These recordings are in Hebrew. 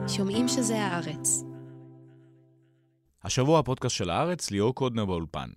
שומעים שזה הארץ. השבוע הפודקאסט של הארץ, ליאור קודנר באולפן.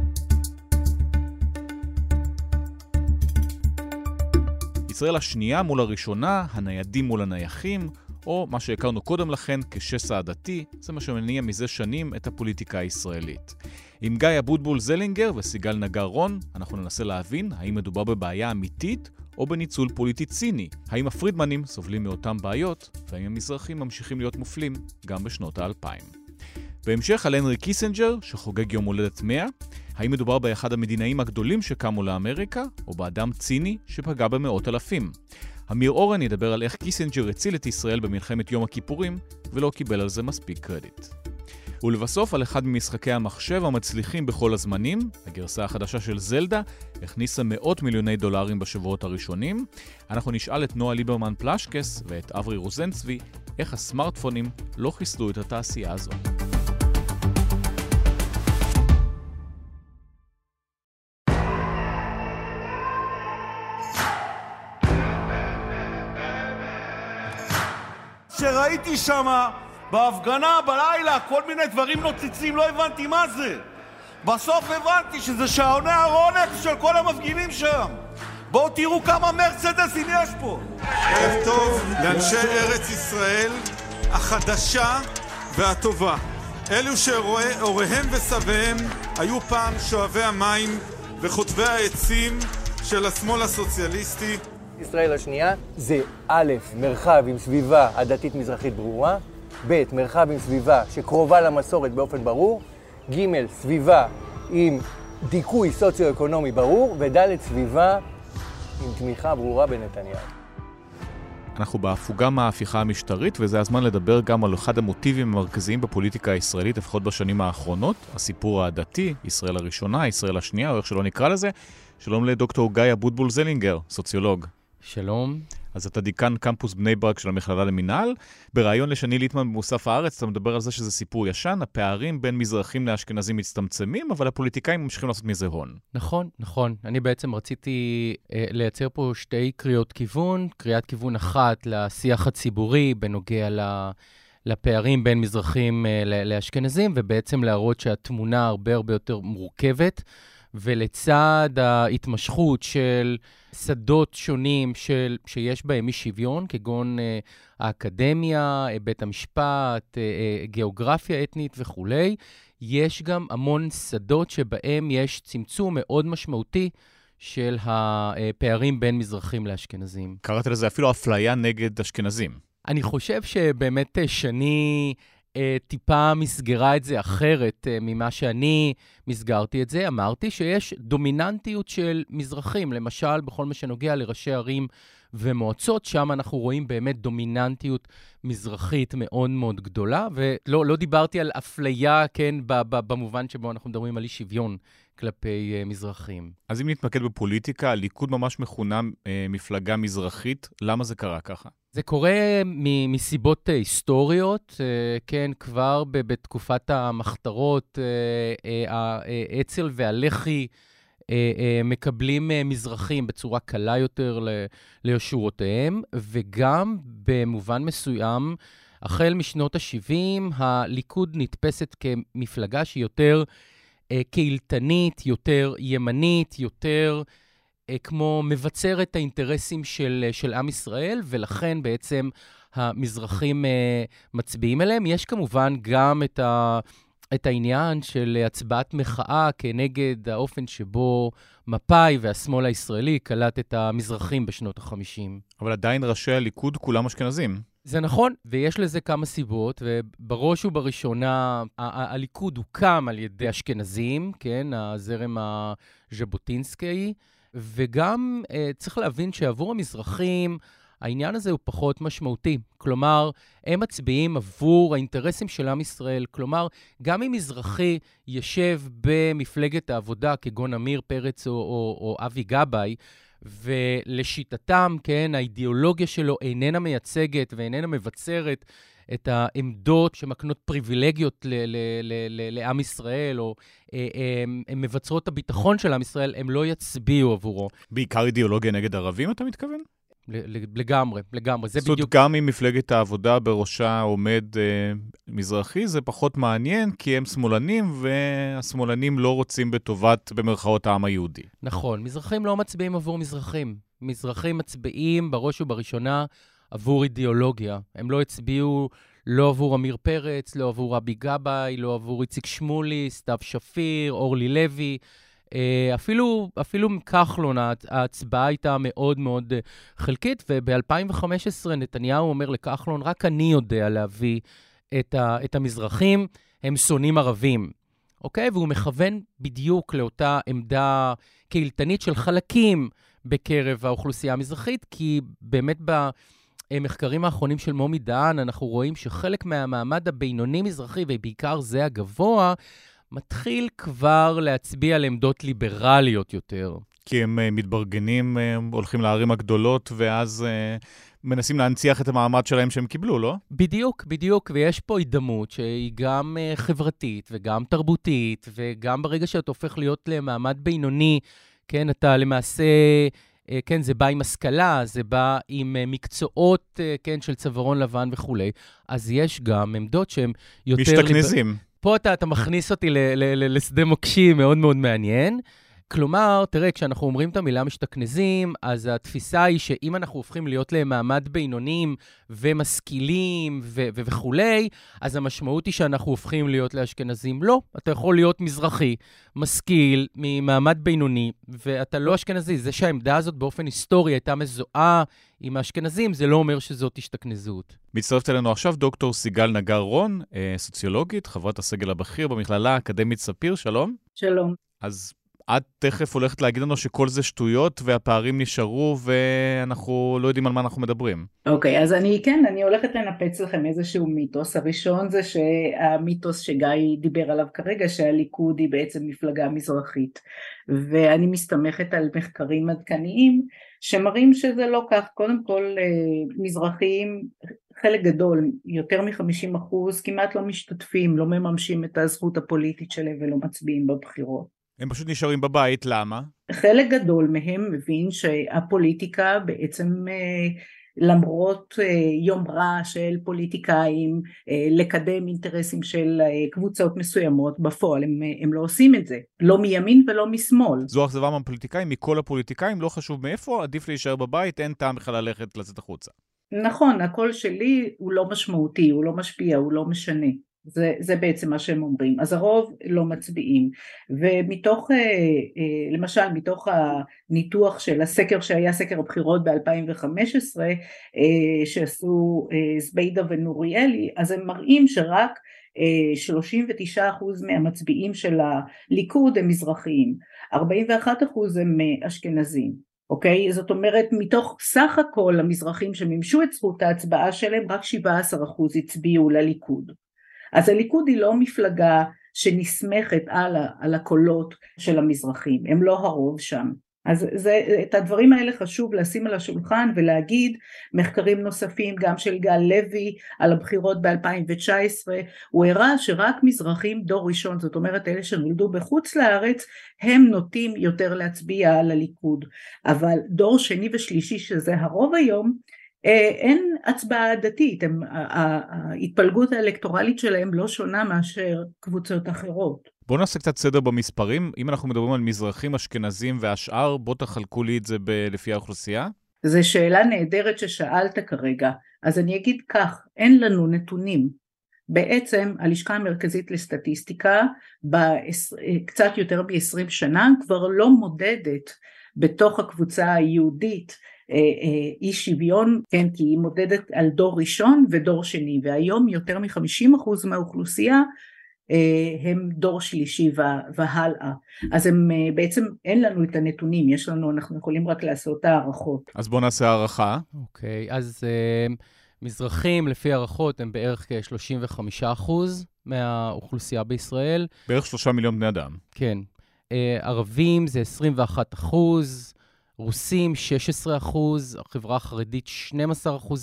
ישראל השנייה מול הראשונה, הניידים מול הנייחים, או מה שהכרנו קודם לכן כשסע הדתי, זה מה שמניע מזה שנים את הפוליטיקה הישראלית. עם גיא אבוטבול זלינגר וסיגל נגר רון, אנחנו ננסה להבין האם מדובר בבעיה אמיתית או בניצול פוליטי ציני. האם הפרידמנים סובלים מאותם בעיות, והאם המזרחים ממשיכים להיות מופלים גם בשנות ה-2000. בהמשך על הנרי קיסינג'ר, שחוגג יום הולדת 100, האם מדובר באחד המדינאים הגדולים שקמו לאמריקה, או באדם ציני שפגע במאות אלפים. אמיר אורן ידבר על איך קיסינג'ר הציל את ישראל במלחמת יום הכיפורים, ולא קיבל על זה מספיק קרדיט. ולבסוף על אחד ממשחקי המחשב המצליחים בכל הזמנים, הגרסה החדשה של זלדה, הכניסה מאות מיליוני דולרים בשבועות הראשונים. אנחנו נשאל את נועה ליברמן פלשקס ואת אברי רוזנצבי, איך הסמארטפונים לא חיסלו את התעשייה הזו. שראיתי שמה בהפגנה בלילה כל מיני דברים נוצצים, לא הבנתי מה זה. בסוף הבנתי שזה שעוני הרולקס של כל המפגינים שם. בואו תראו כמה מרצדסים יש פה. ערב טוב לאנשי ארץ ישראל החדשה והטובה. אלו שהוריהם וסביהם היו פעם שואבי המים וחוטבי העצים של השמאל הסוציאליסטי. ישראל השנייה זה א', מרחב עם סביבה הדתית מזרחית ברורה, ב', מרחב עם סביבה שקרובה למסורת באופן ברור, ג', סביבה עם דיכוי סוציו-אקונומי ברור, וד', סביבה עם תמיכה ברורה בנתניהו. אנחנו בהפוגה מההפיכה המשטרית, וזה הזמן לדבר גם על אחד המוטיבים המרכזיים בפוליטיקה הישראלית, לפחות בשנים האחרונות, הסיפור הדתי, ישראל הראשונה, ישראל השנייה, או איך שלא נקרא לזה. שלום לדוקטור גיא אבוטבול זלינגר, סוציולוג. שלום. אז אתה דיקן קמפוס בני ברק של המכללה למינהל. בראיון לשני ליטמן במוסף הארץ, אתה מדבר על זה שזה סיפור ישן, הפערים בין מזרחים לאשכנזים מצטמצמים, אבל הפוליטיקאים ממשיכים לעשות מזה הון. נכון, נכון. אני בעצם רציתי לייצר פה שתי קריאות כיוון. קריאת כיוון אחת לשיח הציבורי בנוגע לפערים בין מזרחים לאשכנזים, ובעצם להראות שהתמונה הרבה הרבה יותר מורכבת, ולצד ההתמשכות של שדות שונים שיש בהם אי שוויון, כגון האקדמיה, בית המשפט, גיאוגרפיה אתנית וכו', יש גם המון שדות שבהם יש צמצום מאוד משמעותי של הפערים בין מזרחים לאשכנזים. קראת לזה אפילו אפליה נגד אשכנזים. אני חושב שבאמת שני טיפה מסגרה את זה אחרת ממה שאני מסגרתי את זה. אמרתי שיש דומיננטיות של מזרחים, למשל בכל מה שנוגע לראשי ערים ומועצות, שם אנחנו רואים באמת דומיננטיות מזרחית מאוד מאוד גדולה, ולא דיברתי על אפליה, כן, במובן שבו אנחנו מדברים על אי שוויון כלפי מזרחים. אז אם נתמקד בפוליטיקה, הליכוד ממש מכונה מפלגה מזרחית, למה זה קרה ככה? זה קורה מסיבות היסטוריות, כן, כבר בתקופת המחתרות, האצ"ל והלח"י מקבלים מזרחים בצורה קלה יותר לישורותיהם, וגם במובן מסוים, החל משנות ה-70, הליכוד נתפסת כמפלגה שהיא יותר קהילתנית, יותר ימנית, יותר כמו מבצר את האינטרסים של עם ישראל, ולכן בעצם המזרחים מצביעים אליהם. יש כמובן גם את העניין של הצבעת מחאה כנגד האופן שבו מפא"י והשמאל הישראלי קלט את המזרחים בשנות ה-50. אבל עדיין ראשי הליכוד כולם אשכנזים. זה נכון, ויש לזה כמה סיבות, ובראש ובראשונה הליכוד הוקם על ידי אשכנזים, כן, הזרם הז'בוטינסקי, וגם צריך להבין שעבור המזרחים העניין הזה הוא פחות משמעותי. כלומר, הם מצביעים עבור האינטרסים של עם ישראל. כלומר, גם אם מזרחי ישב במפלגת העבודה, כגון עמיר פרץ או אבי גבאי, ולשיטתם, כן, האידיאולוגיה שלו איננה מייצגת ואיננה מבצרת את העמדות שמקנות פריבילגיות לעם ישראל, או הם מבצרות את הביטחון של עם ישראל, הם לא יצביעו עבורו. בעיקר אידיאולוגיה נגד ערבים, אתה מתכוון? לגמרי. זה זאת בדיוק... גם אם מפלגת העבודה בראשה עומד מזרחי, זה פחות מעניין, כי הם שמאלנים, והשמאלנים לא רוצים בטובת, במרכאות, העם היהודי. נכון, מזרחים לא מצביעים עבור מזרחים. מזרחים מצביעים בראש ובראשונה עבור אידיאולוגיה. הם לא הצביעו לא עבור אמיר פרץ, לא עבור רבי גבאי, לא עבור איציק שמולי, סתיו שפיר, אורלי לוי. אפילו כחלון, ההצבעה הייתה מאוד מאוד חלקית, וב-2015 נתניהו אומר לכחלון, רק אני יודע להביא את המזרחים, הם שונאים ערבים. אוקיי? והוא מכוון בדיוק לאותה עמדה קהילתנית של חלקים בקרב האוכלוסייה המזרחית, כי באמת במחקרים האחרונים של מומי דהן, אנחנו רואים שחלק מהמעמד הבינוני-מזרחי, ובעיקר זה הגבוה, מתחיל כבר להצביע על עמדות ליברליות יותר. כי הם מתברגנים, הולכים לערים הגדולות, ואז מנסים להנציח את המעמד שלהם שהם קיבלו, לא? בדיוק, ויש פה הידמות שהיא גם חברתית וגם תרבותית, וגם ברגע שאתה הופך להיות למעמד בינוני, כן, אתה למעשה, כן, זה בא עם השכלה, זה בא עם מקצועות, כן, של צווארון לבן וכו'. אז יש גם עמדות שהן יותר... משתכנזים. פה אתה מכניס אותי לשדה מוקשים מאוד מאוד מעניין. כלומר, תראה, כשאנחנו אומרים את המילה משתכנזים, אז התפיסה היא שאם אנחנו הופכים להיות למעמד בינונים ומשכילים וכולי, אז המשמעות היא שאנחנו הופכים להיות לאשכנזים. לא, אתה יכול להיות מזרחי, משכיל, ממעמד בינוני, ואתה לא אשכנזי. זה שהעמדה הזאת באופן היסטורי הייתה מזוהה עם האשכנזים, זה לא אומר שזאת השתכנזות. מצטרפת אלינו עכשיו דוקטור סיגל נגר רון, סוציולוגית, חברת הסגל הבכיר במכללה האקדמית ספיר, שלום. שלום. אז את תכף הולכת להגיד לנו שכל זה שטויות והפערים נשארו ואנחנו לא יודעים על מה אנחנו מדברים. אוקיי, אז אני הולכת לנפץ לכם איזשהו מיתוס. הראשון זה שהמיתוס שגיא דיבר עליו כרגע, שהליכוד היא בעצם מפלגה מזרחית. ואני מסתמכת על מחקרים עדכניים שמראים שזה לא כך. קודם כל, מזרחיים, חלק גדול, יותר מ-50%, כמעט לא משתתפים, לא מממשים את הזכות הפוליטית שלהם ולא מצביעים בבחירות. הם פשוט נשארים בבית, למה? חלק גדול מהם מבין שהפוליטיקה בעצם, למרות יומרה של פוליטיקאים, לקדם אינטרסים של קבוצות מסוימות, בפועל הם לא עושים את זה, לא מימין ולא משמאל. זו אכזבה מהפוליטיקאים, מכל הפוליטיקאים, לא חשוב מאיפה, עדיף להישאר בבית, אין טעם בכלל ללכת לצאת החוצה. נכון, הקול שלי הוא לא משמעותי, הוא לא משפיע, הוא לא משנה. זה בעצם מה שהם אומרים. אז הרוב לא מצביעים. ומתוך, למשל, מתוך הניתוח של הסקר שהיה סקר הבחירות ב-2015, שעשו זביידה ונוריאלי, אז הם מראים שרק 39% מהמצביעים של הליכוד הם מזרחיים, 41% הם אשכנזים. אוקיי? זאת אומרת, מתוך סך הכל המזרחים שמימשו את זכות ההצבעה שלהם, רק 17% הצביעו לליכוד. אז הליכוד היא לא מפלגה שנסמכת על הקולות של המזרחים, הם לא הרוב שם. אז את הדברים האלה חשוב לשים על השולחן ולהגיד, מחקרים נוספים גם של גל לוי על הבחירות ב-2019, הוא הראה שרק מזרחים דור ראשון, זאת אומרת אלה שנולדו בחוץ לארץ, הם נוטים יותר להצביע על הליכוד, אבל דור שני ושלישי שזה הרוב היום, אין הצבעה דתית, ההתפלגות האלקטורלית שלהם לא שונה מאשר קבוצות אחרות. בואו נעשה קצת סדר במספרים, אם אנחנו מדברים על מזרחים, אשכנזים והשאר, בואו תחלקו לי את זה לפי האוכלוסייה. זו שאלה נהדרת ששאלת כרגע, אז אני אגיד כך, אין לנו נתונים. בעצם הלשכה המרכזית לסטטיסטיקה, קצת יותר ב-20 שנה, כבר לא מודדת בתוך הקבוצה היהודית, אי שוויון, כן, כי היא מודדת על דור ראשון ודור שני, והיום יותר מ-50% מהאוכלוסייה הם דור שלישי והלאה. אז הם בעצם אין לנו את הנתונים, יש לנו, אנחנו יכולים רק לעשות הערכות. אז בואו נעשה הערכה. אוקיי, אז מזרחים לפי הערכות הם בערך כ-35% מהאוכלוסייה בישראל. בערך 3 מיליון בני אדם. כן. ערבים זה 21%, רוסים 16%, החברה החרדית 12%,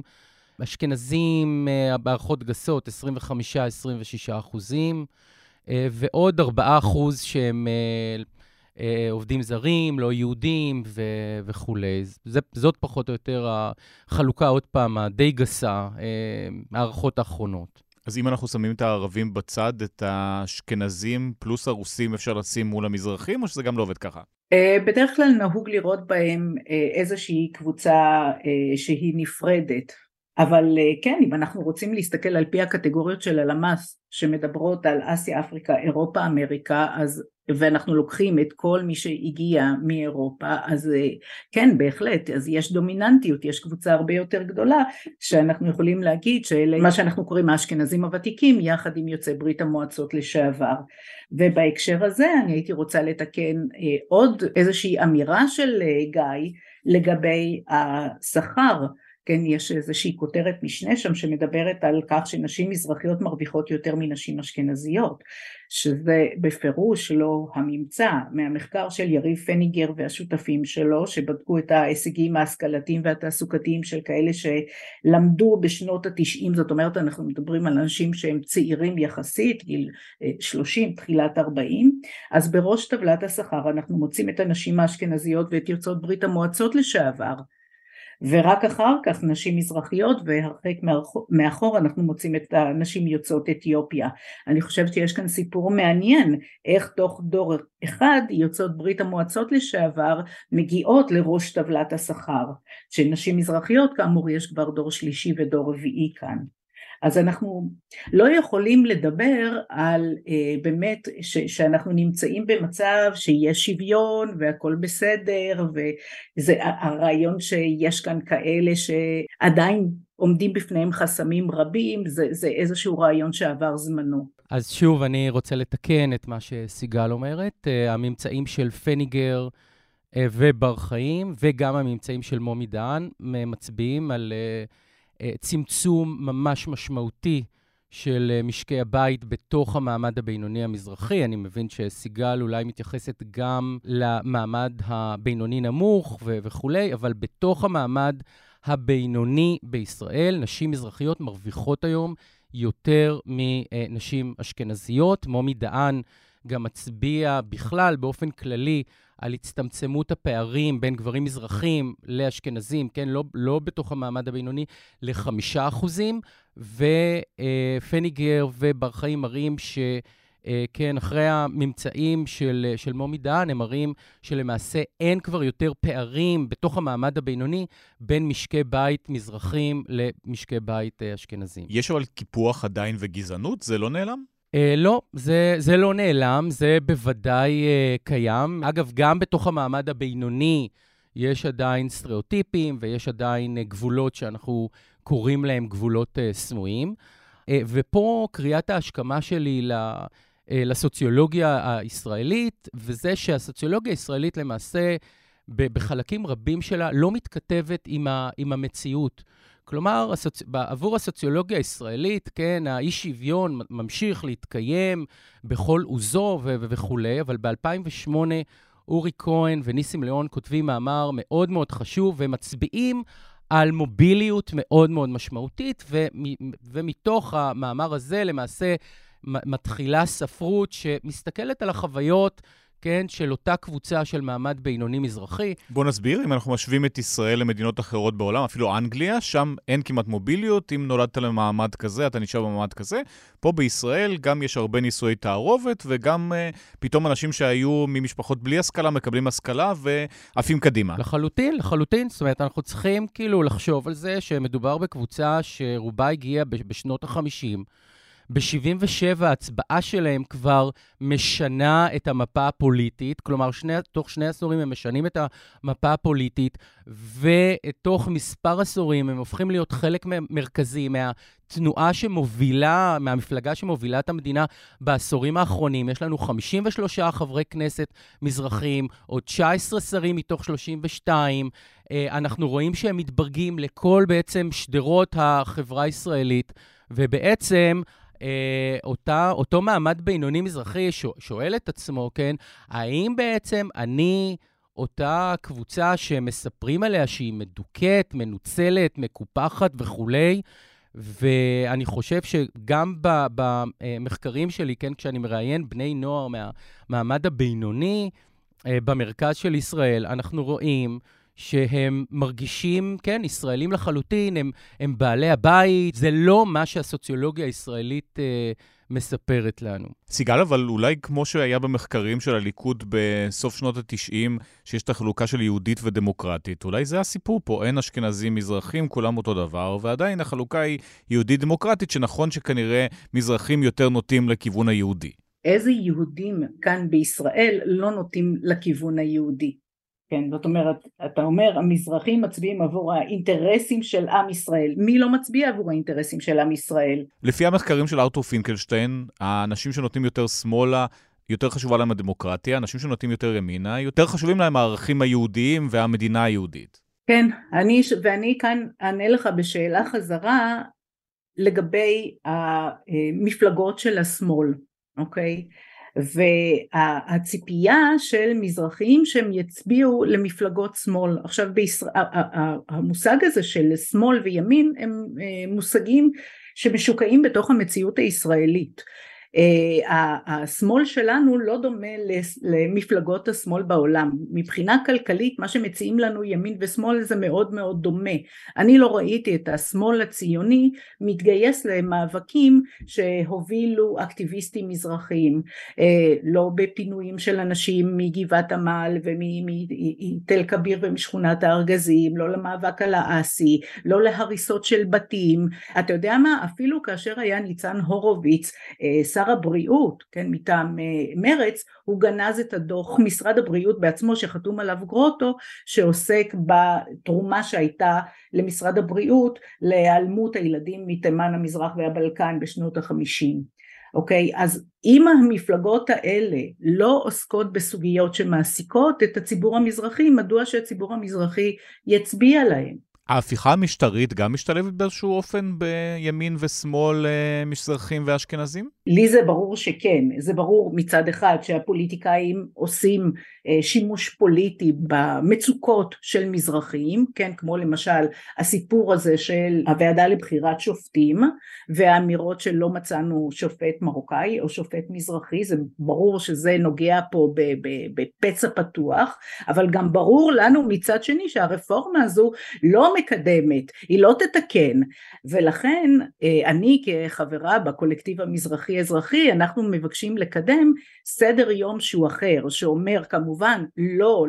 אשכנזים בערכות גסות 25-26%, ועוד 4% שהם עובדים זרים, לא יהודים וכולי. זאת פחות או יותר החלוקה, עוד פעם, די גסה, הערכות האחרונות. אז אם אנחנו שמים את הערבים בצד, את האשכנזים פלוס הרוסים אפשר לשים מול המזרחים, או שזה גם לא עובד ככה? בדרך כלל נהוג לראות בהם איזושהי קבוצה שהיא נפרדת. אבל כן, אם אנחנו רוצים להסתכל על פי הקטגוריות של הלמ"ס שמדברות על אסיה, אפריקה, אירופה, אמריקה, ואנחנו לוקחים את כל מי שהגיע מאירופה, אז כן, בהחלט, אז יש דומיננטיות, יש קבוצה הרבה יותר גדולה, שאנחנו יכולים להגיד שאלה מה שאנחנו קוראים האשכנזים הוותיקים, יחד עם יוצאי ברית המועצות לשעבר. ובהקשר הזה אני הייתי רוצה לתקן עוד איזושהי אמירה של גיא לגבי השכר, כן, יש איזושהי כותרת משנה שם שמדברת על כך שנשים מזרחיות מרוויחות יותר מנשים אשכנזיות, שזה בפירוש לא הממצא. מהמחקר של יריב פניגר והשותפים שלו שבדקו את ההישגים ההשכלתיים והתעסוקתיים של כאלה שלמדו בשנות ה-90, זאת אומרת אנחנו מדברים על אנשים שהם צעירים יחסית, גיל 30, תחילת 40, אז בראש טבלת השכר אנחנו מוצאים את הנשים האשכנזיות ואת יוצאות ברית המועצות לשעבר, ורק אחר כך נשים מזרחיות, והרחק מאחור אנחנו מוצאים את הנשים יוצאות אתיופיה. אני חושבת שיש כאן סיפור מעניין, איך תוך דור אחד יוצאות ברית המועצות לשעבר מגיעות לראש טבלת השכר, שנשים מזרחיות כאמור יש כבר דור שלישי ודור רביעי כאן. אז אנחנו לא יכולים לדבר על באמת שאנחנו נמצאים במצב שיש שוויון והכל בסדר, וזה הרעיון שיש כאן כאלה שעדיין עומדים בפניהם חסמים רבים, זה איזשהו רעיון שעבר זמנו. אז שוב אני רוצה לתקן את מה שסיגל אומרת, הממצאים של פניגר ובר חיים וגם הממצאים של מומי דהן מצביעים על צמצום ממש משמעותי של משקי הבית בתוך המעמד הבינוני המזרחי. אני מבין שסיגל אולי מתייחסת גם למעמד הבינוני נמוך וכולי, אבל בתוך המעמד הבינוני בישראל, נשים מזרחיות מרוויחות היום יותר מנשים אשכנזיות. מומי דהן גם מצביע בכלל באופן כללי על הצטמצמות הפערים בין גברים מזרחים לאשכנזים, כן, לא בתוך המעמד הבינוני, ל5%, ופניגר ובר חיים מראים שכן, אחרי הממצאים של מומי דהן, הם מראים שלמעשה אין כבר יותר פערים בתוך המעמד הבינוני בין משקי בית מזרחים למשקי בית אשכנזים. יש אבל קיפוח עדיין וגזענות? זה לא נעלם? לא, זה לא נעלם, זה בוודאי קיים. אגב, גם בתוך המעמד הבינוני יש עדיין סטריאוטיפים ויש עדיין גבולות שאנחנו קוראים להם גבולות סמויים. ופה קריאת ההשכמה שלי לסוציולוגיה הישראלית, וזה שהסוציולוגיה הישראלית למעשה בחלקים רבים שלה לא מתכתבת עם המציאות. כלומר, עבור הסוציולוגיה הישראלית, כן, האי שוויון ממשיך להתקיים בכל עוזו וכו', אבל ב-2008 אורי כהן וניסים ליאון כותבים מאמר מאוד מאוד חשוב, ומצביעים על מוביליות מאוד מאוד משמעותית, ומתוך המאמר הזה למעשה מתחילה ספרות שמסתכלת על החוויות, כן, של אותה קבוצה של מעמד בינוני מזרחי. בוא נסביר, אם אנחנו משווים את ישראל למדינות אחרות בעולם, אפילו אנגליה, שם אין כמעט מוביליות, אם נולדת למעמד כזה, אתה נשאר במעמד כזה. פה בישראל גם יש הרבה נישואי תערובת, וגם פתאום אנשים שהיו ממשפחות בלי השכלה, מקבלים השכלה ועפים קדימה. לחלוטין. זאת אומרת, אנחנו צריכים כאילו לחשוב על זה שמדובר בקבוצה שרובה הגיעה בשנות ה-50, ב-77 ההצבעה שלהם כבר משנה את המפה הפוליטית, כלומר תוך 2 עשורים הם משנים את המפה הפוליטית, ותוך מספר עשורים הם הופכים להיות חלק מרכזי מהתנועה שמובילה, מהמפלגה שמובילה את המדינה בעשורים האחרונים. יש לנו 53 חברי כנסת מזרחים, עוד 19 שרים מתוך 32, אנחנו רואים שהם מתברגים לכל בעצם שדרות החברה הישראלית, ובעצם אותו מעמד בינוני מזרחי שואל את עצמו, כן, האם בעצם אני אותה קבוצה שמספרים עליה שהיא מדוכאת, מנוצלת, מקופחת וכולי, ואני חושב שגם במחקרים שלי, כן, כשאני מראיין בני נוער מהמעמד הבינוני, במרכז של ישראל, אנחנו רואים שהם מרגישים, כן, ישראלים לחלוטין, הם בעלי הבית, זה לא מה שהסוציולוגיה הישראלית מספרת לנו. סיגל, אבל אולי כמו שהיה במחקרים של הליכוד בסוף שנות ה-90, שיש את החלוקה של יהודית ודמוקרטית, אולי זה הסיפור פה, אין אשכנזים מזרחים, כולם אותו דבר, ועדיין החלוקה היא יהודית דמוקרטית, שנכון שכנראה מזרחים יותר נוטים לכיוון היהודי. איזה יהודים כאן בישראל לא נוטים לכיוון היהודי? כן, זאת אומרת, אתה אומר, המזרחים מצביעים עבור האינטרסים של עם ישראל. מי לא מצביע עבור האינטרסים של עם ישראל? לפי המחקרים של ארתור פינקלשטיין, האנשים שנוטים יותר שמאלה, יותר חשובה להם הדמוקרטיה, אנשים שנוטים יותר ימינה, יותר חשובים להם הערכים היהודיים והמדינה היהודית. כן, ואני כאן אענה לך בשאלה חזרה לגבי המפלגות של השמאל, אוקיי? והציפייה של מזרחים שהם יצביעו למפלגות שמאל. עכשיו המושג הזה של שמאל וימין הם מושגים שמשוקעים בתוך המציאות הישראלית. השמאל שלנו לא דומה למפלגות השמאל בעולם. מבחינה כלכלית מה שמציעים לנו ימין ושמאל זה מאוד מאוד דומה. אני לא ראיתי את השמאל הציוני מתגייס למאבקים שהובילו אקטיביסטים מזרחיים, לא בפינויים של אנשים מגבעת עמל ומתל כביר ומשכונת הארגזים, לא למאבק על האסי, לא להריסות של בתים. אתה יודע מה? אפילו כאשר היה ניצן הורוביץ שר הבריאות, כן, מטעם מרץ, הוא גנז את הדוח משרד הבריאות בעצמו שחתום עליו גרוטו, שעוסק בתרומה שהייתה למשרד הבריאות להיעלמות הילדים מתימן המזרח והבלקן בשנות ה-50. אוקיי, אז אם המפלגות האלה לא עוסקות בסוגיות שמעסיקות את הציבור המזרחי, מדוע שהציבור המזרחי יצביע להם? ההפיכה המשטרית גם משתלבת באיזשהו אופן בימין ושמאל מזרחים ואשכנזים? לי זה ברור שכן, זה ברור מצד אחד שהפוליטיקאים עושים שימוש פוליטי במצוקות של מזרחים, כן, כמו למשל הסיפור הזה של הוועדה לבחירת שופטים, והאמירות שלא מצאנו שופט מרוקאי או שופט מזרחי, זה ברור שזה נוגע פה בפצע פתוח, אבל גם ברור לנו מצד שני שהרפורמה הזו לא מקדמת, היא לא תתקן, ולכן אני כחברה בקולקטיב המזרחי אזרחי, אנחנו מבקשים לקדם סדר יום שהוא אחר, שאומר כמובן לא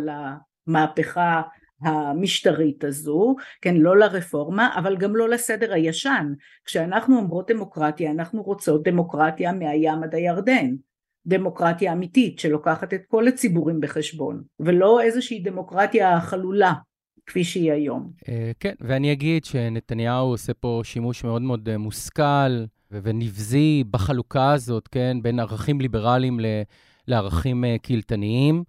למהפכה המשטרית הזו, כן, לא לרפורמה, אבל גם לא לסדר הישן. כשאנחנו אומרות דמוקרטיה, אנחנו רוצות דמוקרטיה מהים עד הירדן, דמוקרטיה אמיתית שלוקחת את כל הציבורים בחשבון, ולא איזושהי דמוקרטיה חלולה כפי שהיא היום. כן, ואני אגיד שנתניהו עושה פה שימוש מאוד מאוד מושכל ונבזי בחלוקה הזאת, כן, בין ערכים ליברליים לערכים קהילתניים.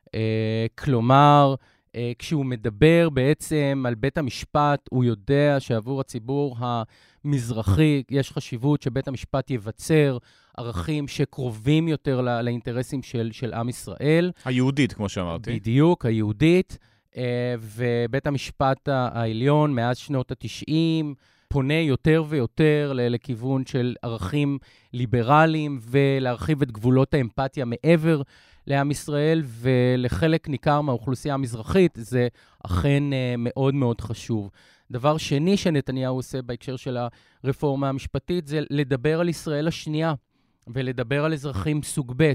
כלומר, כשהוא מדבר בעצם על בית המשפט, הוא יודע שעבור הציבור המזרחי יש חשיבות שבית המשפט יבצר ערכים שקרובים יותר לאינטרסים של עם ישראל. היהודית, כמו שאמרתי. בדיוק, היהודית. ובית המשפט העליון מאז שנות ה-90 פונה יותר ויותר לכיוון של ערכים ליברליים ולהרחיב את גבולות האמפתיה מעבר לעם ישראל, ולחלק ניכר מהאוכלוסייה המזרחית זה אכן מאוד מאוד חשוב. דבר שני שנתניהו עושה בהקשר של הרפורמה המשפטית זה לדבר על ישראל השנייה ולדבר על אזרחים סוג ב'.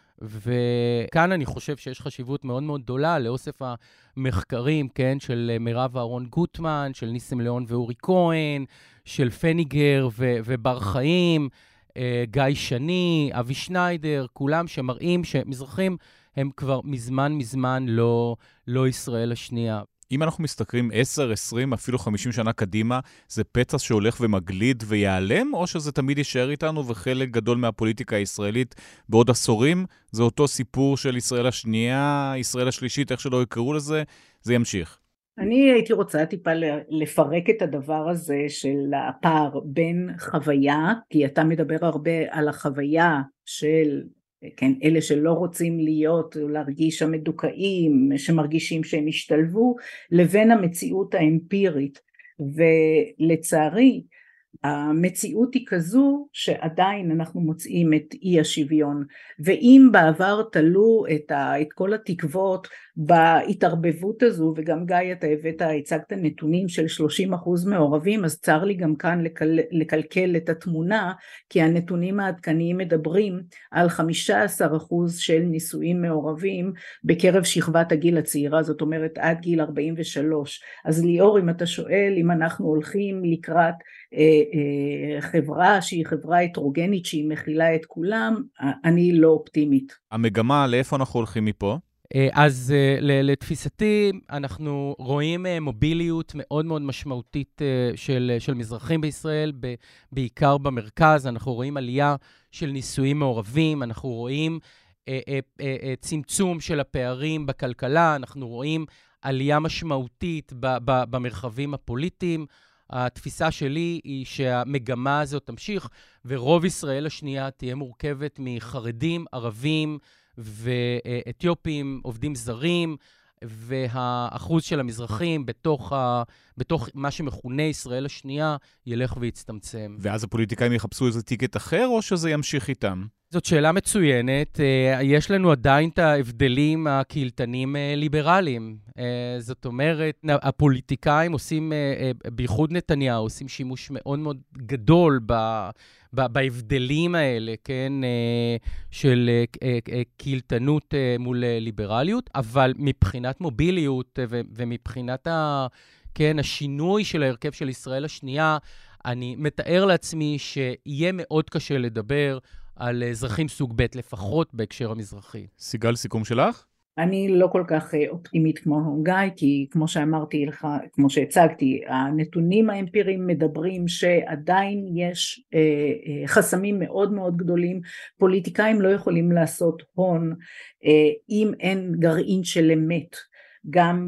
וכאן אני חושב שיש חשיבות מאוד מאוד גדולה לאוסף המחקרים, כן, של מירב אהרון גוטמן, של ניסים ליאון ואורי כהן, של פניגר ובר חיים, גיא שני, אבי שניידר, כולם שמראים שמזרחים הם כבר מזמן לא ישראל השנייה. אם אנחנו מסתכלים 10, 20, אפילו 50 שנה קדימה, זה פצע שהולך ומגליד ויעלם, או שזה תמיד יישאר איתנו, וחלק גדול מהפוליטיקה הישראלית בעוד עשורים, זה אותו סיפור של ישראל השנייה, ישראל השלישית, איך שלא יקראו לזה, זה ימשיך. אני הייתי רוצה טיפה לפרק את הדבר הזה של הפער בין חוויה, כי אתה מדבר הרבה על החוויה של, כן, אלה שלא רוצים להיות או להרגיש המדוכאים, שמרגישים שהם השתלבו, לבין המציאות האמפירית. ולצערי המציאות היא כזו שעדיין אנחנו מוצאים את אי השוויון, ואם בעבר תלו את כל התקוות בהתערבבות הזו, וגם גיא אתה הצגת נתונים של 30% מעורבים, אז צר לי גם כאן לקלקל את התמונה, כי הנתונים העדכניים מדברים על 15% של נישואים מעורבים בקרב שכבת הגיל הצעירה, זאת אומרת עד גיל 43. אז ליאור, אם אתה שואל אם אנחנו הולכים לקראת חברה שהיא חברה הטרוגנית שהיא מכילה את כולם, אני לא אופטימית. המגמה, לאיפה אנחנו הולכים מפה? אז לתפיסתי אנחנו רואים מוביליות מאוד מאוד משמעותית של מזרחים בישראל, בעיקר במרכז. אנחנו רואים עלייה של נישואים מעורבים, אנחנו רואים צמצום של הפערים בכלכלה, אנחנו רואים עלייה משמעותית במרחבים הפוליטיים. התפיסה שלי היא שהמגמה הזאת תמשיך, ורוב ישראל השנייה תהיה מורכבת מחרדים, ערבים ואתיופים, עובדים זרים, והאחוז של המזרחים בתוך מה שמכונה ישראל השנייה ילך ויצטמצם. ואז הפוליטיקאים יחפשו איזה טיקט אחר, או שזה ימשיך איתם? זאת שאלה מצוינת. יש לנו עדיין את ההבדלים הקהילתנים ליברליים. זאת אומרת, הפוליטיקאים עושים, בייחוד נתניהו, עושים שימוש מאוד מאוד גדול בהבדלים האלה, כן, של קהילתנות מול ליברליות, אבל מבחינת מוביליות ומבחינת כן, השינוי של ההרכב של ישראל השנייה, אני מתאר לעצמי שיהיה מאוד קשה לדבר על אזרחים סוג ב' לפחות בהקשר המזרחי. סיגל, סיכום שלך? אני לא כל כך אופטימית כמו גיא, כי כמו שאמרתי לך, כמו שהצגתי, הנתונים האמפיריים מדברים שעדיין יש חסמים מאוד מאוד גדולים, פוליטיקאים לא יכולים לעשות הון אם אין גרעין של אמת, גם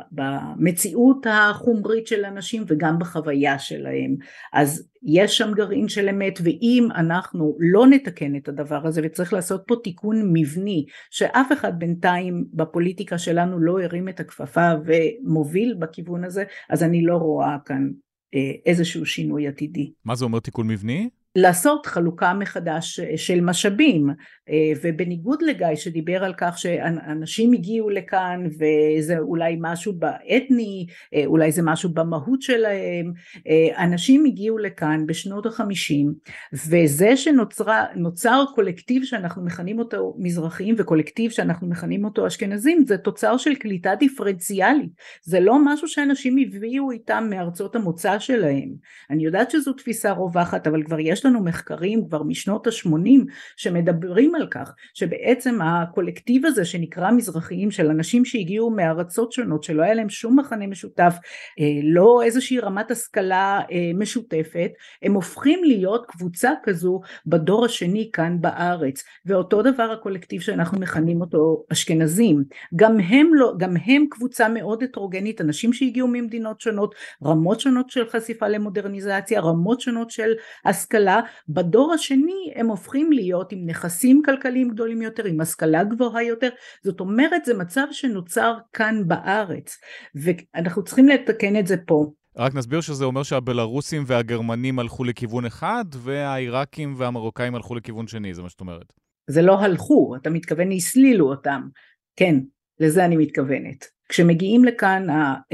במציאות החומרית של אנשים וגם בחוויה שלהם. אז יש שם גרעין של אמת, ואם אנחנו לא נתקן את הדבר הזה, וצריך לעשות פה תיקון מבני, שאף אחד בינתיים בפוליטיקה שלנו לא הרים את הכפפה ומוביל בכיוון הזה, אז אני לא רואה כאן איזשהו שינוי עתידי. מה זה אומר תיקון מבני? לעשות חלוקה מחדש של משאבים, ובניגוד לגיא שדיבר על כך שאנשים הגיעו לכאן וזה אולי משהו באתני, אולי זה משהו במהות שלהם, אנשים הגיעו לכאן בשנות ה-50, וזה שנוצר קולקטיב שאנחנו מכנים אותו מזרחים וקולקטיב שאנחנו מכנים אותו אשכנזים, זה תוצר של קליטה דיפרנציאלית, זה לא משהו שאנשים הביאו איתם מארצות המוצא שלהם. אני יודעת שזו תפיסה רווחת, אבל כבר יש לנו מחקרים כבר משנות ה-80 שמדברים על כך שבעצם הקולקטיב הזה שנקרא מזרחיים, של אנשים שהגיעו מארצות שונות שלא היה להם שום מחנה משותף, לא איזושהי רמת השכלה משותפת, הם הופכים להיות קבוצה כזו בדור השני כאן בארץ. ואותו דבר הקולקטיב שאנחנו מכנים אותו אשכנזים, גם הם קבוצה מאוד הטרוגנית, אנשים שהגיעו ממדינות שונות, רמות שונות של חשיפה למודרניזציה, רמות שונות של השכלה. בדור השני הם הופכים להיות עם נכסים כלכליים גדולים יותר, עם השכלה גבוהה יותר. זאת אומרת, זה מצב שנוצר כאן בארץ, ואנחנו צריכים לתקן את זה פה. רק נסביר שזה אומר שהבלרוסים והגרמנים הלכו לכיוון אחד, והעיראקים והמרוקאים הלכו לכיוון שני, זה מה שאת אומרת. זה לא הלכו, אתה מתכוון הסלילו אותם. כן, לזה אני מתכוונת. כשמגיעים לכאן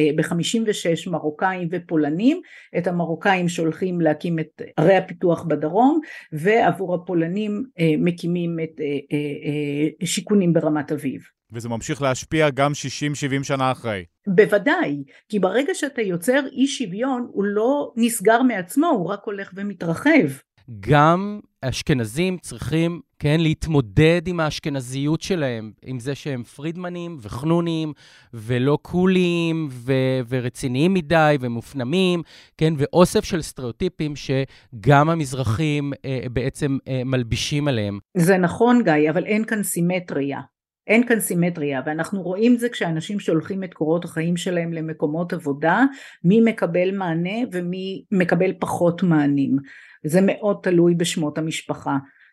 ב-56 מרוקאים ופולנים, את המרוקאים שולחים להקים את ערי הפיתוח בדרום, ועבור הפולנים מקימים את שיכונים ברמת אביב. וזה ממשיך להשפיע גם 60-70 שנה אחרי. בוודאי, כי ברגע שאתה יוצר אי שוויון, הוא לא נסגר מעצמו, הוא רק הולך ומתרחב. גם האשכנזים צריכים, כן, להתמודד עם האשכנזיות שלהם, עם זה שהם פרידמנים וחנונים ולא קולים ורציניים מדי ומופנמים, כן, ואוסף של סטריאוטיפים שגם המזרחים בעצם מלבישים עליהם. זה נכון גיא, אבל אין כאן סימטריה. אין כאן סימטריה, ואנחנו רואים זה כשאנשים שולחים את קורות החיים שלהם למקומות עבודה, מי מקבל מענה ומי מקבל פחות מענים. זה מאוד תלוי בשמות המשפחה.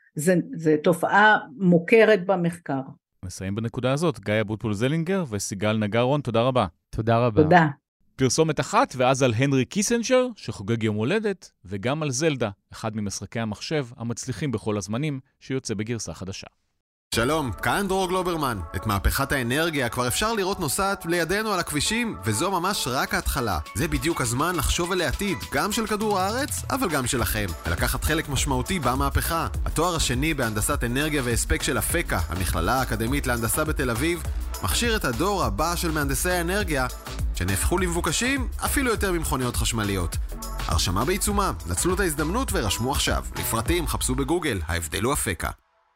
זה תופעה מוכרת במחקר. נסיים בנקודה הזאת. גיא אבוטבול זלינגר וסיגל נגרון, תודה רבה. תודה רבה. תודה. פרסומת אחת, ואז על הנרי קיסינג'ר, שחוגג יום הולדת, וגם על זלדה, אחד ממשחקי המחשב המצליחים בכל הזמנים, שיוצא בגרסה חדשה. שלום, כאן דרור גלוברמן. את מהפכת האנרגיה כבר אפשר לראות נוסעת לידינו על הכבישים, וזו ממש רק ההתחלה. זה בדיוק הזמן לחשוב על העתיד, גם של כדור הארץ, אבל גם שלכם. ולקחת חלק משמעותי במהפכה. התואר השני בהנדסת אנרגיה והספק של אפקה, המכללה האקדמית להנדסה בתל אביב, מכשיר את הדור הבא של מהנדסי האנרגיה, שנהפכו למבוקשים אפילו יותר ממכוניות חשמליות. הרשמה בעיצומה, נצלו את ההזדמנות ורשמו עכשיו. לפרטים חפשו בגוגל, ההבדל הוא אפקה.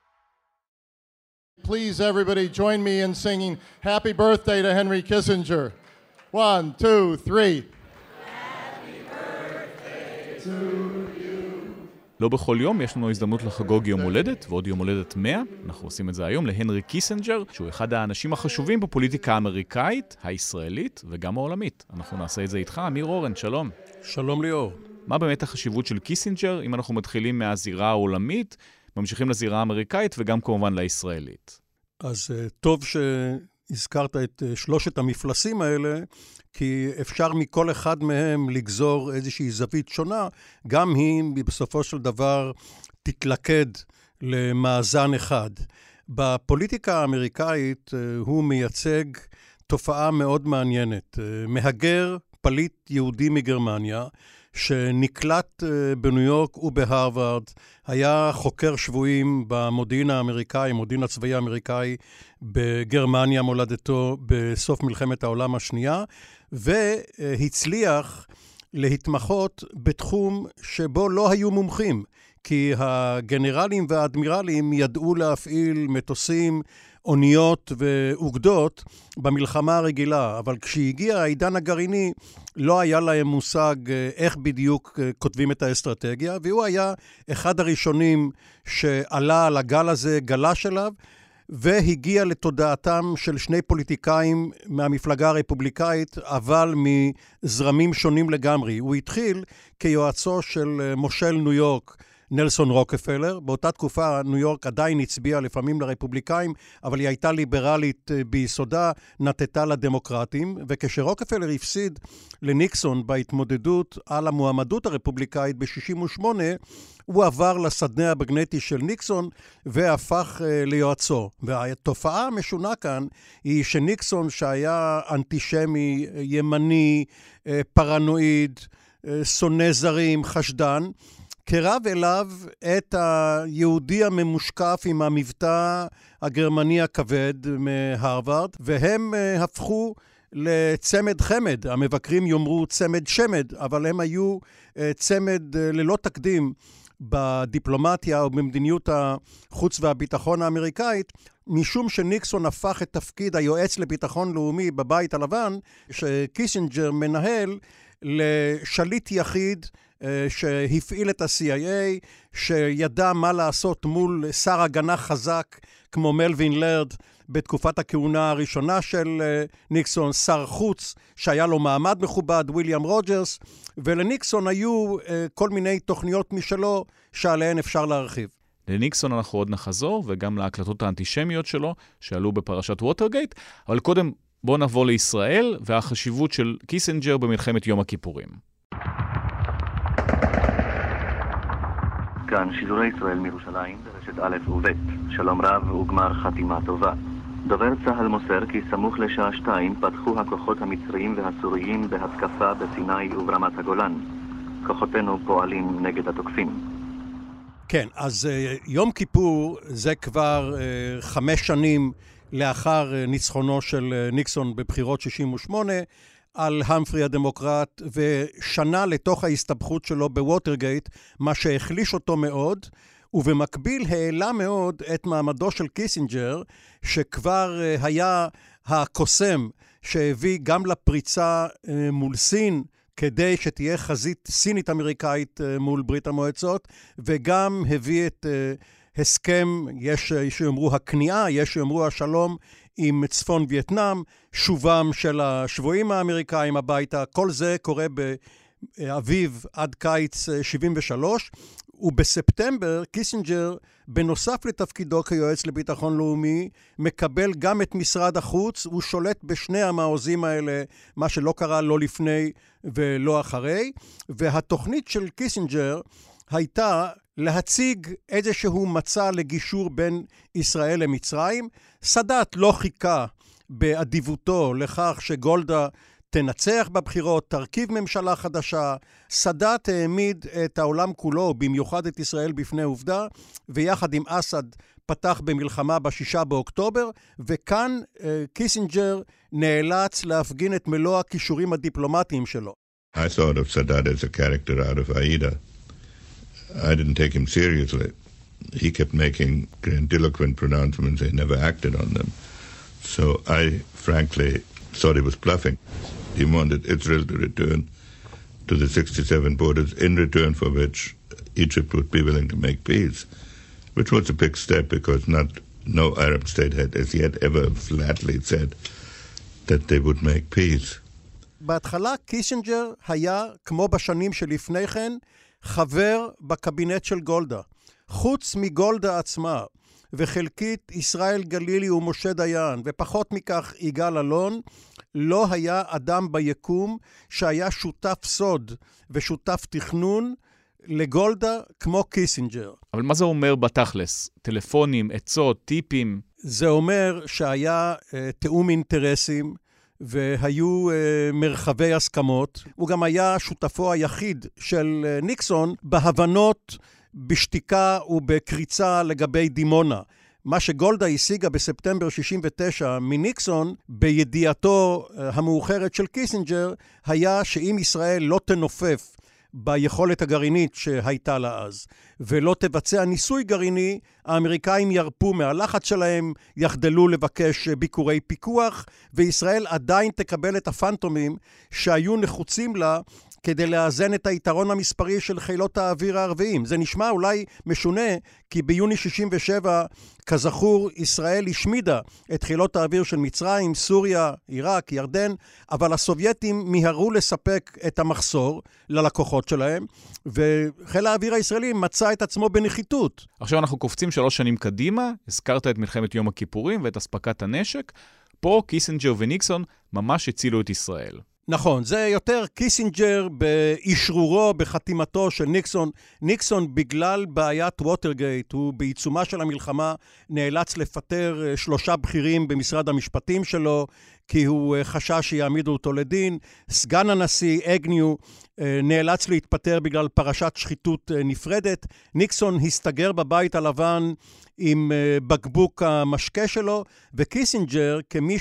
Please, everybody, join me in singing Happy Birthday to Henry Kissinger. 1, 2, 3. Happy birthday to you. לא בכל יום יש לנו הזדמנות לחגוג יום הולדת, ועוד יום הולדת 100. אנחנו עושים את זה היום להנרי קיסינג'ר, שהוא אחד האנשים החשובים בפוליטיקה האמריקאית, הישראלית וגם העולמית. אנחנו נעשה את זה איתך, אמיר אורן, שלום. שלום ליאור. מה באמת החשיבות של קיסינג'ר, אם אנחנו מתחילים מהזירה העולמית, ממשיכים לזירה האמריקאית וגם כמובן לישראלית? אז טוב שהזכרת את שלושת המפלסים האלה, כי אפשר מכל אחד מהם לגזור איזושהי זווית שונה, גם היא בסופו של דבר תתלכד למאזן אחד. בפוליטיקה האמריקאית הוא מייצג תופעה מאוד מעניינת. מהגר, פליט יהודי מגרמניה, שנקלט בניו יורק ובהרווארד, היה חוקר שבויים במודיעין האמריקאי, מודיעין הצבאי האמריקאי בגרמניה מולדתו בסוף מלחמת העולם השנייה, והצליח להתמחות בתחום שבו לא היו מומחים, כי הגנרלים והאדמירלים ידעו להפעיל מטוסים, אוניות ואוגדות במלחמה הרגילה, אבל כשהגיע העידן הגרעיני לא היה להם מושג איך בדיוק כותבים את האסטרטגיה, והוא היה אחד הראשונים שעלה על הגל הזה, גלש אליו, והגיע לתודעתם של שני פוליטיקאים מהמפלגה הרפובליקאית, אבל מזרמים שונים לגמרי. הוא התחיל כיועצו של מושל ניו יורק, נלסון רוקפלר. באותה תקופה ניו יורק עדיין הצביעה לפעמים לרפובליקאים, אבל היא הייתה ליברלית ביסודה, נטטה לדמוקרטים, וכשרוקפלר הפסיד לניקסון בהתמודדות על המועמדות הרפובליקאית ב-68, הוא עבר לסדנה המגנטי של ניקסון והפך ליועצו. והתופעה המשונה כאן היא שניקסון, שהיה אנטישמי, ימני, פרנואיד, שונא זרים, חשדן, קרב אליו את היהודי הממושקף עם המבטא הגרמני הכבד מהרווארד, והם הפכו לצמד חמד. המבקרים יאמרו צמד שמד, אבל הם היו צמד ללא תקדים בדיפלומטיה או במדיניות החוץ והביטחון האמריקאית, משום שניקסון הפך את תפקיד היועץ לביטחון לאומי בבית הלבן, שקיסינג'ר מנהל, לשליט יחיד שהפעיל את ה-CIA, שידע מה לעשות מול שר הגנה חזק כמו מלווין לרד בתקופת הכהונה הראשונה של ניקסון, שר חוץ שהיה לו מעמד מכובד, וויליאם רוג'רס, ולניקסון היו כל מיני תוכניות משלו שעליהן אפשר להרחיב. לניקסון אנחנו עוד נחזור, וגם להקלטות האנטישמיות שלו שעלו בפרשת ווטרגייט, אבל קודם בואו נעבור לישראל והחשיבות של קיסינג'ר במלחמת יום הכיפורים. כאן שידורי ישראל מירושלים ברשת א' וב'. שלום רב וגמר חתימה טובה. דובר צהל מוסר כי סמוך לשעה 2 פתחו הכוחות המצריים והסוריים בהתקפה בסיני וברמת הגולן. כוחותינו פועלים נגד התוקפים. כן, אז יום כיפור זה כבר 5 שנים לאחר ניצחונו של ניקסון בבחירות 68, על המפרי הדמוקרט, ושנה לתוך ההסתבכות שלו בווטרגייט, מה שהחליש אותו מאוד, ובמקביל העלה מאוד את מעמדו של קיסינג'ר, שכבר היה הקוסם שהביא גם לפריצה מול סין, כדי שתהיה חזית סינית-אמריקאית מול ברית המועצות, וגם הביא את הסכם, יש שיאמרו הכניעה, יש שיאמרו השלום, עם צפון וייטנאם, שובם של השבויים האמריקאים הביתה. כל זה קורה אביב עד קיץ 73, ובספטמבר קיסינג'ר, בנוסף לתפקידו כיועץ לביטחון לאומי, מקבל גם את משרד החוץ, הוא שולט בשני המעוזים האלה, מה שלא קרה לא לפני ולא אחרי, והתוכנית של קיסינג'ר הייתה להציג איזשהו מצע לגישור בין ישראל למצרים. סאדאת לא חיכה באדיבותו לכך שגולדה תנצח בבחירות, תרכיב ממשלה חדשה. סאדאת העמיד את העולם כולו, במיוחד את ישראל, בפני עובדה, ויחד עם אסד פתח במלחמה ב6 באוקטובר, וכאן קיסינג'ר נאלץ להפגין את מלוא הכישורים הדיפלומטיים שלו. I thought of Sadat as a character out of Aida. I didn't take him seriously. He kept making grandiloquent pronouncements. He never acted on them. So I frankly thought he was bluffing. He wanted Israel to return to the 67 borders, in return for which Egypt would be willing to make peace, which was a big step because no Arab state had as yet ever flatly said that they would make peace. בהתחלה קיסינג'ר היה, כמו בשנים שלפני כן, חבר בקבינט של גולדה. חוץ מגולדה עצמה, וחלקית ישראל גלילי ומשה דיין, ופחות מכך יגאל אלון, לא היה אדם ביקום שהיה שותף סוד ושותף תכנון לגולדה כמו קיסינג'ר. אבל מה זה אומר בתכלס? טלפונים, עצות, טיפים? זה אומר שהיה תאום אינטרסים, והיו מרחבי הסכמות. הוא גם היה שותפו היחיד של ניקסון בהבנות, בשתיקה ובקריצה לגבי דימונה. מה שגולדה השיגה בספטמבר 69 מניקסון, בידיעתו המאוחרת של קיסינג'ר, היה שאם ישראל לא תנופף ביכולת הגרעינית שהייתה לה אז, ולא תבצע ניסוי גרעיני, האמריקאים ירפו מהלחץ שלהם, יחדלו לבקש ביקורי פיקוח, וישראל עדיין תקבל את הפנטומים שהיו נחוצים לה, כדי לאזן את היתרון המספרי של חילות האוויר הערביים. זה נשמע אולי משונה, כי ביוני 67, כזכור, ישראל השמידה את חילות האוויר של מצרים, סוריה, עיראק, ירדן, אבל הסובייטים מיהרו לספק את המחסור ללקוחות שלהם, וחיל האוויר הישראלי מצא את עצמו בנחיתות. עכשיו אנחנו קופצים 3 שנים קדימה, הזכרת את מלחמת יום הכיפורים ואת הספקת הנשק, פה קיסינג'ר וניקסון ממש הצילו את ישראל. נכון, זה יותר קיסינג'ר באשרורו, בחתימתו של ניקסון. ניקסון בגלל בעיית ווטרגייט, הוא בעיצומה של המלחמה נאלץ לפטר 3 בכירים במשרד המשפטים שלו, כי הוא חשש שיעמידו אותו לדין. סגן הנשיא אגניו נאלץ להתפטר בגלל פרשת שחיתות נפרדת. ניקסון הסתגר בבית הלבן עם בקבוק המשקה שלו, וקיסינג'ר כמי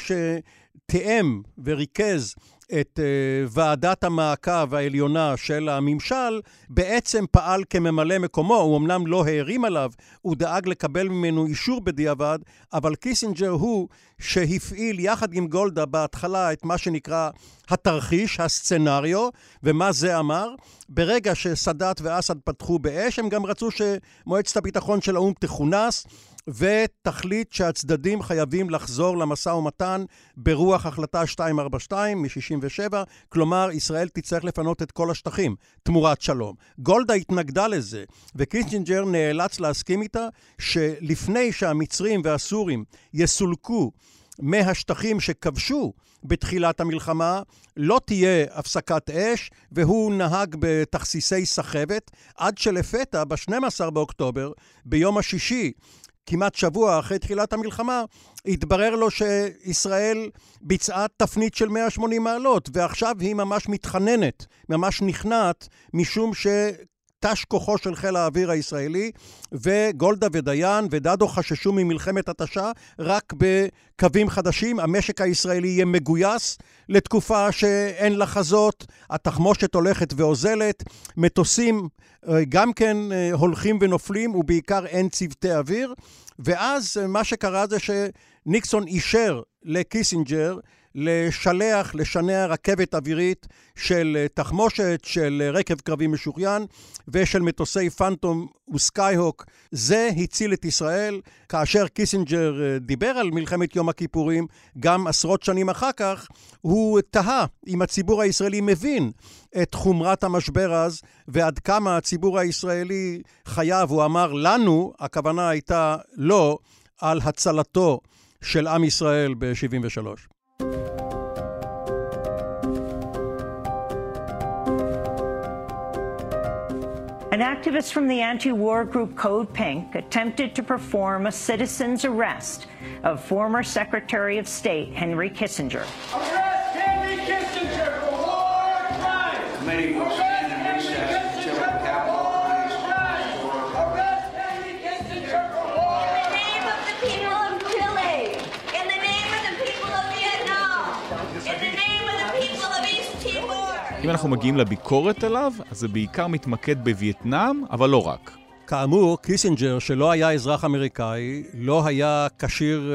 שתאם וריכז את ועדת המעקב העליונה של הממשל, בעצם פעל כממלא מקומו. הוא אמנם לא הערים עליו, הוא דאג לקבל ממנו אישור בדיעבד, אבל קיסינג'ר הוא שהפעיל יחד עם גולדה בהתחלה את מה שנקרא התרחיש, הסצנריו, ומה זה אמר? ברגע שסאדאת ואסד פתחו באש, הם גם רצו שמועצת הביטחון של האו"ם תכונס, ותחליט שהצדדים חייבים לחזור למשא ומתן ברוח החלטה 242 מ-67, כלומר ישראל תצטרך לפנות את כל השטחים תמורת שלום. גולדה התנגדה לזה, וקיסינג'ר נאלץ להסכים איתה שלפני שהמצרים והסורים יסולקו מהשטחים שכבשו בתחילת המלחמה, לא תהיה הפסקת אש, והוא נהג בתכסיסי סחבת, עד שלפתע ב-12 באוקטובר, ביום השישי, כמעט שבוע אחרי תחילת המלחמה, התברר לו שישראל ביצעה תפנית של 180 מעלות, ועכשיו היא ממש מתחננת, ממש נכנעת, משום שתש כוחו של חיל האוויר הישראלי, וגולדה ודיין ודדו חששו ממלחמת התשה, רק בקווים חדשים. המשק הישראלי יהיה מגויס לתקופה שאין לחזות, התחמושת הולכת ואוזלת, מטוסים גם כן הולכים ונופלים, ובעיקר אין צוותי אוויר. ואז מה שקרה זה שניקסון אישר לקיסינג'ר לשנע רכבת אווירית של תחמושת, של רכב קרבי משוריין ושל מטוסי פנטום וסקייהוק. זה הציל את ישראל. כאשר קיסינג'ר דיבר על מלחמת יום הכיפורים, גם עשרות שנים אחר כך, הוא תהה אם הציבור הישראלי מבין את חומרת המשבר אז, ועד כמה הציבור הישראלי חייב. הוא אמר לנו, הכוונה הייתה לא, על הצלתו של עם ישראל ב-73. An activist from the anti-war group Code Pink attempted to perform a citizen's arrest of former Secretary of State Henry Kissinger. Arrest Henry Kissinger for war crimes! Committee will stand in recess until the Capitol Police arrest Henry Kissinger for war crimes! In the name of the people of Chile, in the name of the people of Vietnam, in the name of the people of East Timor. אם אנחנו מגיעים לביקורת עליו, אז זה בעיקר מתמקד בווייטנאם, אבל לא רק. כאמור, קיסינג'ר, שלא היה אזרח אמריקאי, לא היה קשיר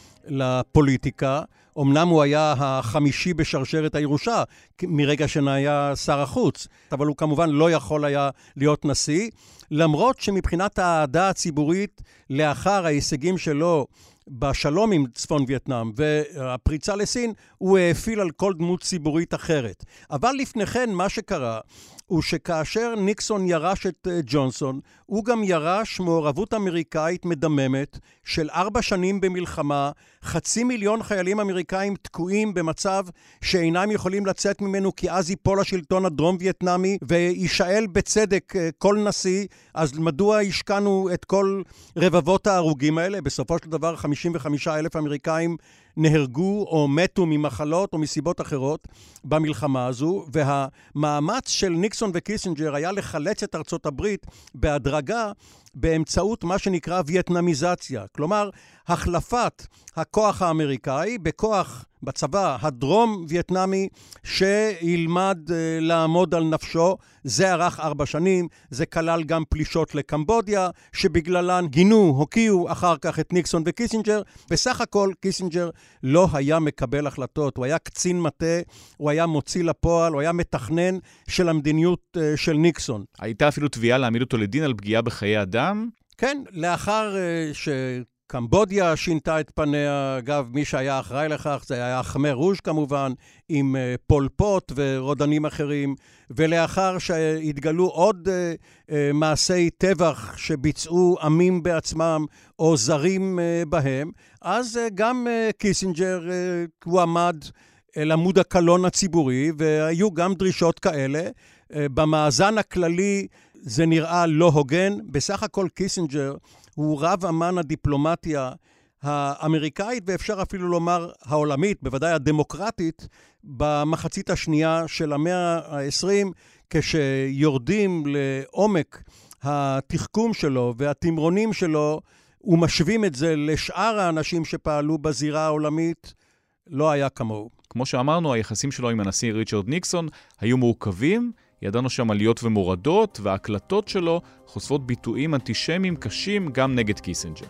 לפוליטיקה, אמנם הוא היה החמישי בשרשרת הירושה, מרגע שנהיה שר החוץ, אבל הוא כמובן לא יכול היה להיות נשיא, למרות שמבחינת האהדה הציבורית, לאחר ההישגים שלו, בשלום עם צפון וייטנאם והפריצה לסין, הוא העפיל על כל דמות ציבורית אחרת. אבל לפני כן מה שקרה הוא שכאשר ניקסון ירש את ג'ונסון, הוא גם ירש מעורבות אמריקאית מדממת של 4 שנים במלחמה, 500,000 חיילים אמריקאים תקועים במצב שאינם יכולים לצאת ממנו, כי אז ייפול השלטון הדרום וייטנאמי וישאל בצדק כל נשיא, אז מדוע השקענו את כל רבבות ההרוגים האלה? בסופו של דבר 55,000 אמריקאים נהרגו או מתו ממחלות או מסיבות אחרות במלחמה הזו, והמאמץ של ניקסון וקיסינג'ר היה לחלץ את ארצות הברית בהדרגה באמצעות מה שנקרא וייטנאמיזציה, כלומר החלפת הכוח האמריקאי בכוח בצבא הדרום וייטנאמי שילמד לעמוד על נפשו. זה ארך 4 שנים, זה כלל גם פלישות לקמבודיה, שבגללן הוקיעו אחר כך את ניקסון וקיסינג'ר. בסך הכל קיסינג'ר לא היה מקבל החלטות, הוא היה קצין מטה, הוא היה מוציא לפועל, הוא היה מתכנן של המדיניות של ניקסון. הייתה אפילו תביעה להעמיד אותו לדין על פגיעה בחיי אדם? כן, לאחר קמבודיה שינתה את פניה. אגב, מי שהיה אחראי לכך זה היה חמר רוז' כמובן, עם פול פוט ורודנים אחרים, ולאחר שהתגלו עוד מעשי טבח שביצעו עמים בעצמם או זרים בהם, אז גם קיסינג'ר הוא עמד אל עמוד הקלון הציבורי, והיו גם דרישות כאלה. במאזן הכללי זה נראה לא הוגן. בסך הכל קיסינג'ר הוא רב אמן הדיפלומטיה האמריקאית, ואפשר אפילו לומר העולמית, בוודאי הדמוקרטית, במחצית השנייה של המאה ה-20, כשיורדים לעומק התחכום שלו והתמרונים שלו, ומשווים את זה לשאר האנשים שפעלו בזירה העולמית, לא היה כמוהו. כמו שאמרנו, היחסים שלו עם הנשיא ריצ'רד ניקסון היו מורכבים, ידענו שם עליות ומורדות, וההקלטות שלו חושפות ביטויים אנטישמיים קשים גם נגד קיסינג'ר.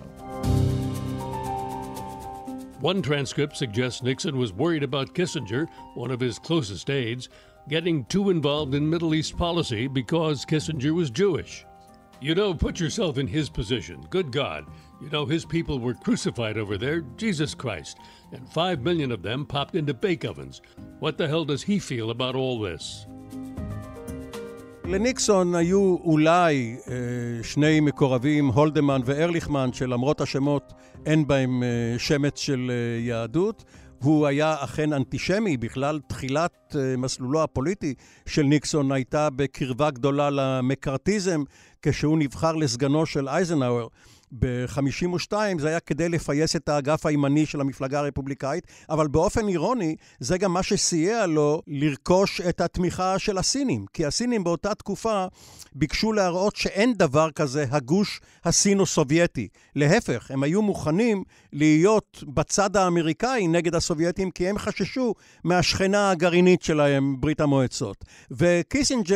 One transcript suggests Nixon was worried about Kissinger, one of his closest aides, getting too involved in Middle East policy because Kissinger was Jewish. You know, put yourself in his position. Good God. You know, his people were crucified over there, Jesus Christ, and 5 million of them popped into bake ovens. What the hell does he feel about all this? לניקסון היו אולי 2 מקורבים, הולדמן וארליכמן, שלמרות השמות אין בהם שמץ של יהדות. הוא היה אכן אנטישמי. בכלל תחילת מסלולו הפוליטי של ניקסון הייתה בקרבה גדולה למקארתיזם, כשהוא נבחר לסגנו של אייזנהאואר ב-52. זה היה כדי לפייס את האגף הימני של המפלגה הרפובליקאית, אבל באופן אירוני זה גם מה שסייע לו לרכוש את התמיכה של הסינים, כי הסינים באותה תקופה ביקשו להראות שאין דבר כזה הגוש הסינו-סובייטי. להפך, הם היו מוכנים להיות בצד האמריקאי נגד הסובייטים, כי הם חששו מהשכנה הגרעינית שלהם, ברית המועצות. וקיסינג'ר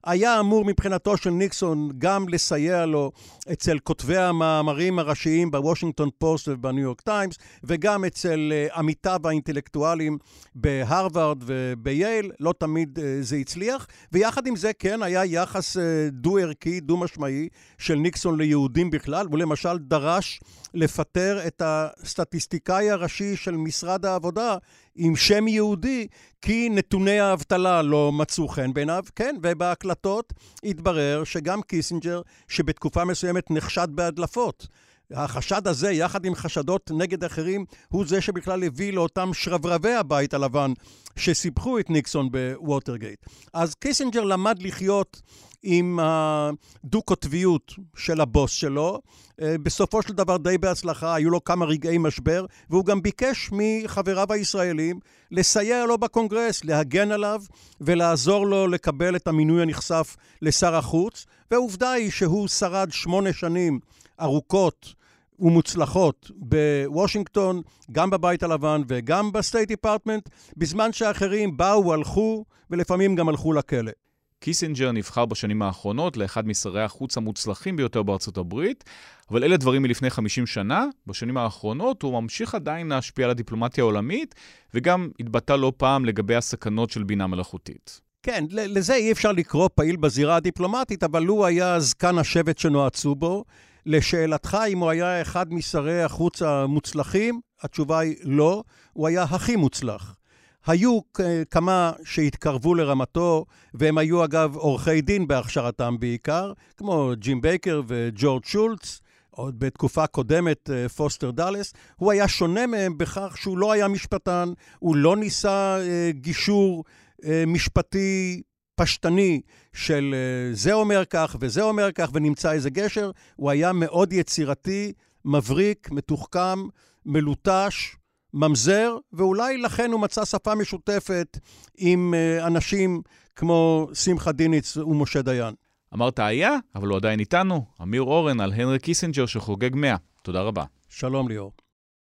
היה אמור מבחינתו של ניקסון גם לסייע לו אצל כותבי המאמרים הראשיים בוושינגטון פוסט ובניו יורק טיימס, וגם אצל עמיתיו האינטלקטואלים בהרווארד ובייל. לא תמיד זה הצליח, ויחד עם זה כן היה יחס דו-ערכי, דו-משמעי של ניקסון ליהודים בכלל. הוא למשל דרש לפטר את הסטטיסטיקאי הראשי של משרד העבודה עם שם יהודי, כי נתוני האבטלה לא מצאו חן בעיניו. כן, ובהקלטות התברר שגם קיסינג'ר, שבתקופה מסוימת נחשד בהדלפות, החשד הזה, יחד עם חשדות נגד אחרים, הוא זה שבכלל הביא לאותם שרברבי הבית הלבן שסיפחו את ניקסון בווטרגייט. אז קיסינג'ר למד לחיות עם הדו-קוטביות של הבוס שלו. בסופו של דבר די בהצלחה, היו לו כמה רגעי משבר, והוא גם ביקש מחבריו הישראלים לסייע לו בקונגרס, להגן עליו ולעזור לו לקבל את המינוי הנכסף לשר החוץ. והעובדה היא שהוא שרד 8 שנים ארוכות ומוצלחות בוושינגטון, גם בבית הלבן וגם בסטייט דיפרטמנט, בזמן שאחרים באו, הלכו ולפעמים גם הלכו לכלא. קיסינג'ר נבחר בשנים האחרונות לאחד משרי החוץ המוצלחים ביותר בארצות הברית, אבל אלה דברים מלפני 50 שנה. בשנים האחרונות הוא ממשיך עדיין להשפיע על הדיפלומטיה העולמית, וגם התבטא לא פעם לגבי הסכנות של בינה מלאכותית. כן, לזה אי אפשר לקרוא פעיל בזירה הדיפלומטית, אבל הוא היה זקן השבט שנועצו בו. לשאלתך אם הוא היה אחד משרי החוץ המוצלחים, התשובה היא לא, הוא היה הכי מוצלח. היו כמה שהתקרבו לרמתו, והם היו אגב עורכי דין בהכשרתם בעיקר, כמו ג'ים בייקר וג'ורג' שולץ, עוד בתקופה קודמת פוסטר דלס. הוא היה שונה מהם בכך שהוא לא היה משפטן, הוא לא ניסה גישור משפטי פשטני של זה אומר כך וזה אומר כך ונמצא איזה גשר. הוא היה מאוד יצירתי, מבריק, מתוחכם, מלוטש, ממזר, ואולי לכן הוא מצא שפה משותפת עם אנשים כמו שמחה דיניץ ומשה דיין. אמרת היה, אבל הוא עדיין איתנו. אמיר אורן על הנרי קיסינג'ר שחוגג 100. תודה רבה. שלום ליאור.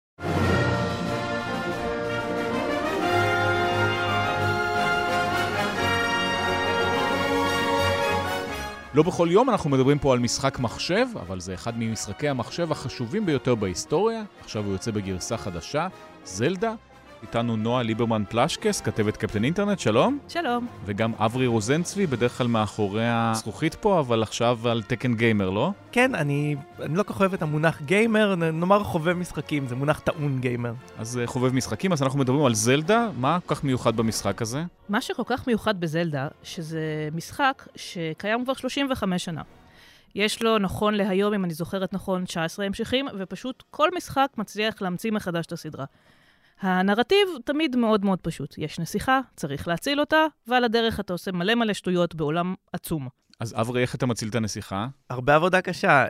לא בכל יום אנחנו מדברים פה על משחק מחשב, אבל זה אחד ממשחקי המחשב החשובים ביותר בהיסטוריה. עכשיו הוא יוצא בגרסה חדשה, זלדה. איתנו נועה ליברמן פלשקס, כתבת קפטן אינטרנט, שלום. שלום. וגם אברי רוזנצבי, בדרך כלל מאחורי הזכוכית פה, אבל עכשיו על תקן גיימר, לא? כן, אני לא כך אוהב את המונח גיימר, נאמר חובב משחקים, זה מונח טעון גיימר. אז חובב משחקים, אז אנחנו מדברים על זלדה. מה כל כך מיוחד במשחק הזה? מה שכל כך מיוחד בזלדה, שזה משחק שקיים כבר 35 שנה. יש לו, נכון להיום, אם אני זוכרת נכון, 19 המשכים, ופשוט כל משחק מצליח להמציא מחדש את הסדרה. הנרטיב תמיד מאוד מאוד פשוט. יש נסיכה, צריך להציל אותה, ועל הדרך אתה עושה מלא מלא שטויות בעולם עצום. אז אברי, איך אתה מציל את הנסיכה? הרבה עבודה קשה.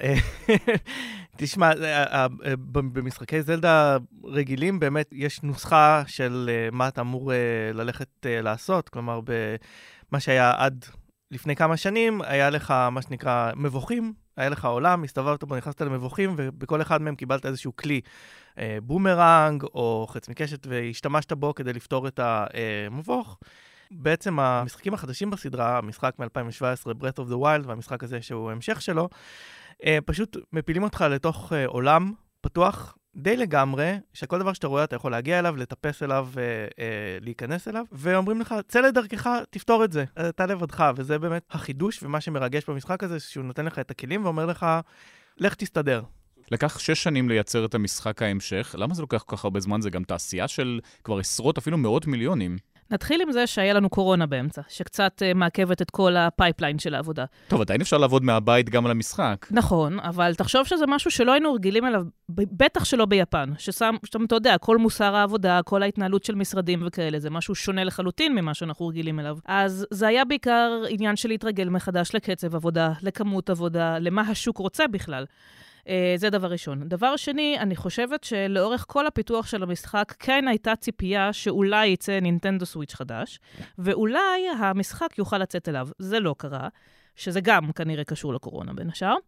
תשמע, במשחקי זלדה רגילים באמת יש נוסחה של מה אתה אמור ללכת לעשות. כלומר, במה שהיה עד לפני כמה שנים, היה לך מה שנקרא מבוכים, היה לך עולם, הסתובבת בו, נכנסת למבוכים, ובכל אחד מהם קיבלת איזשהו כלי, בומרנג או חץ מקשת, והשתמשת בו כדי לפתור את המבוך. בעצם המשחקים החדשים בסדרה, המשחק מ-2017, Breath of the Wild, והמשחק הזה שהוא המשך שלו, פשוט מפילים אותך לתוך עולם פתוח די לגמרי, שכל דבר שאתה רואה אתה יכול להגיע אליו, לטפס אליו, להיכנס אליו, ואומרים לך, צא לדרכך, תפתור את זה, אתה לבדך, וזה באמת החידוש, ומה שמרגש במשחק הזה, שהוא נותן לך את הכלים ואומר לך, לך תסתדר. לקח 6 שנים לייצר את המשחק ההמשך. למה זה לוקח כל כך הרבה זמן? זה גם תעשייה של כבר עשרות, אפילו מאות מיליונים. נתחיל עם זה שהיה לנו קורונה באמצע, שקצת מעכבת את כל הפייפליין של העבודה. טוב, עדיין אפשר לעבוד מהבית גם על המשחק. נכון, אבל תחשוב שזה משהו שלא היינו רגילים אליו, בטח שלא ביפן, ששם, אתה יודע, כל מוסר העבודה, כל ההתנהלות של משרדים וכאלה, זה משהו שונה לחלוטין ממה שאנחנו רגילים אליו. אז זה היה בעיקר עניין של להתרגל מחדש לקצב עבודה, לכמות עבודה, למה השוק רוצה בכלל. זה דבר ראשון. דבר שני, אני חושבת שלאורך כל הפיתוח של המשחק, כן הייתה ציפייה שאולי יצא נינטנדו סוויץ' חדש, ואולי המשחק יוכל לצאת אליו. זה לא קרה, שזה גם כנראה קשור לקורונה בין השאר.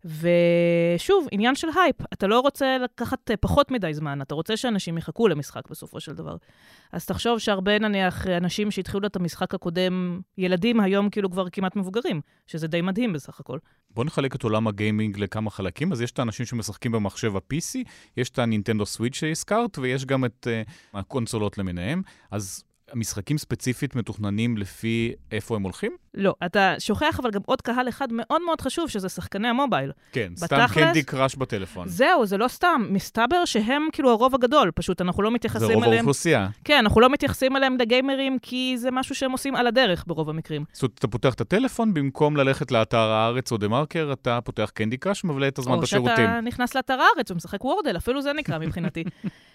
ושוב, עניין של הייפ. אתה לא רוצה לקחת פחות מדי זמן, אתה רוצה שאנשים יחכו למשחק בסופו של דבר. אז תחשוב שהרבה נניח אנשים שהתחילו את המשחק הקודם, ילדים היום כאילו כבר כמעט מבוגרים, שזה די מדהים בסך הכל. בוא נחלק את עולם הגיימינג לכמה חלקים. אז יש את האנשים שמשחקים במחשב ה-PC, יש את הנינטנדו סוויץ' שהזכרת, ויש גם את הקונסולות למיניהם. אז המשחקים ספציפית מתוכננים לפי איפה הם הולכים? לא, אתה שוכח אבל גם עוד קהל אחד מאוד מאוד חשוב, שזה שחקני המובייל. כן, סתם קנדי קראש בטלפון. זהו, זה לא סתם. מסתבר שהם כאילו הרוב הגדול, פשוט אנחנו לא מתייחסים אליהם. זה רוב האוכלוסייה. כן, אנחנו לא מתייחסים אליהם לגיימרים, כי זה משהו שהם עושים על הדרך ברוב המקרים. זאת אומרת, אתה פותח את הטלפון, במקום ללכת לאתר הארץ או דה-מרקר, אתה פותח קנדי קראש, מבלה את הזמן בשירותים. או שאתה נכנס לאתר הארץ ומשחק וורדל, אפילו זה נקרא מבחינתי.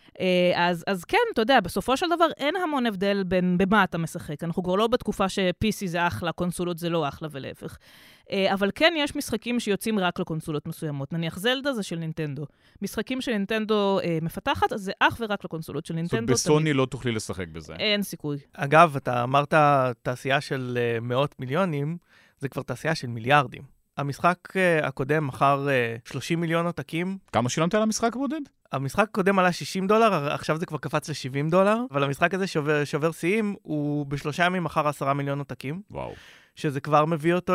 אז כן, אתה יודע, בסופו של דבר אין המון הבדל בין במה אתה משחק. אנחנו כבר לא בתקופה ש-PC זה אחלה, קונסולות זה לא אחלה ולהפך. אבל כן יש משחקים שיוצאים רק לקונסולות מסוימות. נניח זלדה זה של נינטנדו. משחקים של נינטנדו מפתחת, אז זה אך ורק לקונסולות של נינטנדו. זאת בסוני לא תוכלי לשחק בזה. אין סיכוי. אגב, אתה אמרת תעשייה של מאות מיליונים, זה כבר תעשייה של מיליארדים. המשחק הקודם מכר 30 מיליון עותקים. כמה שילמת על המשחק הבודד? המשחק הקודם עלה $60, עכשיו זה כבר קפץ ל$70, אבל המשחק הזה שובר שיאים, הוא ב3 ימים מכר 10 מיליון עותקים. וואו. שזה כבר מביא אותו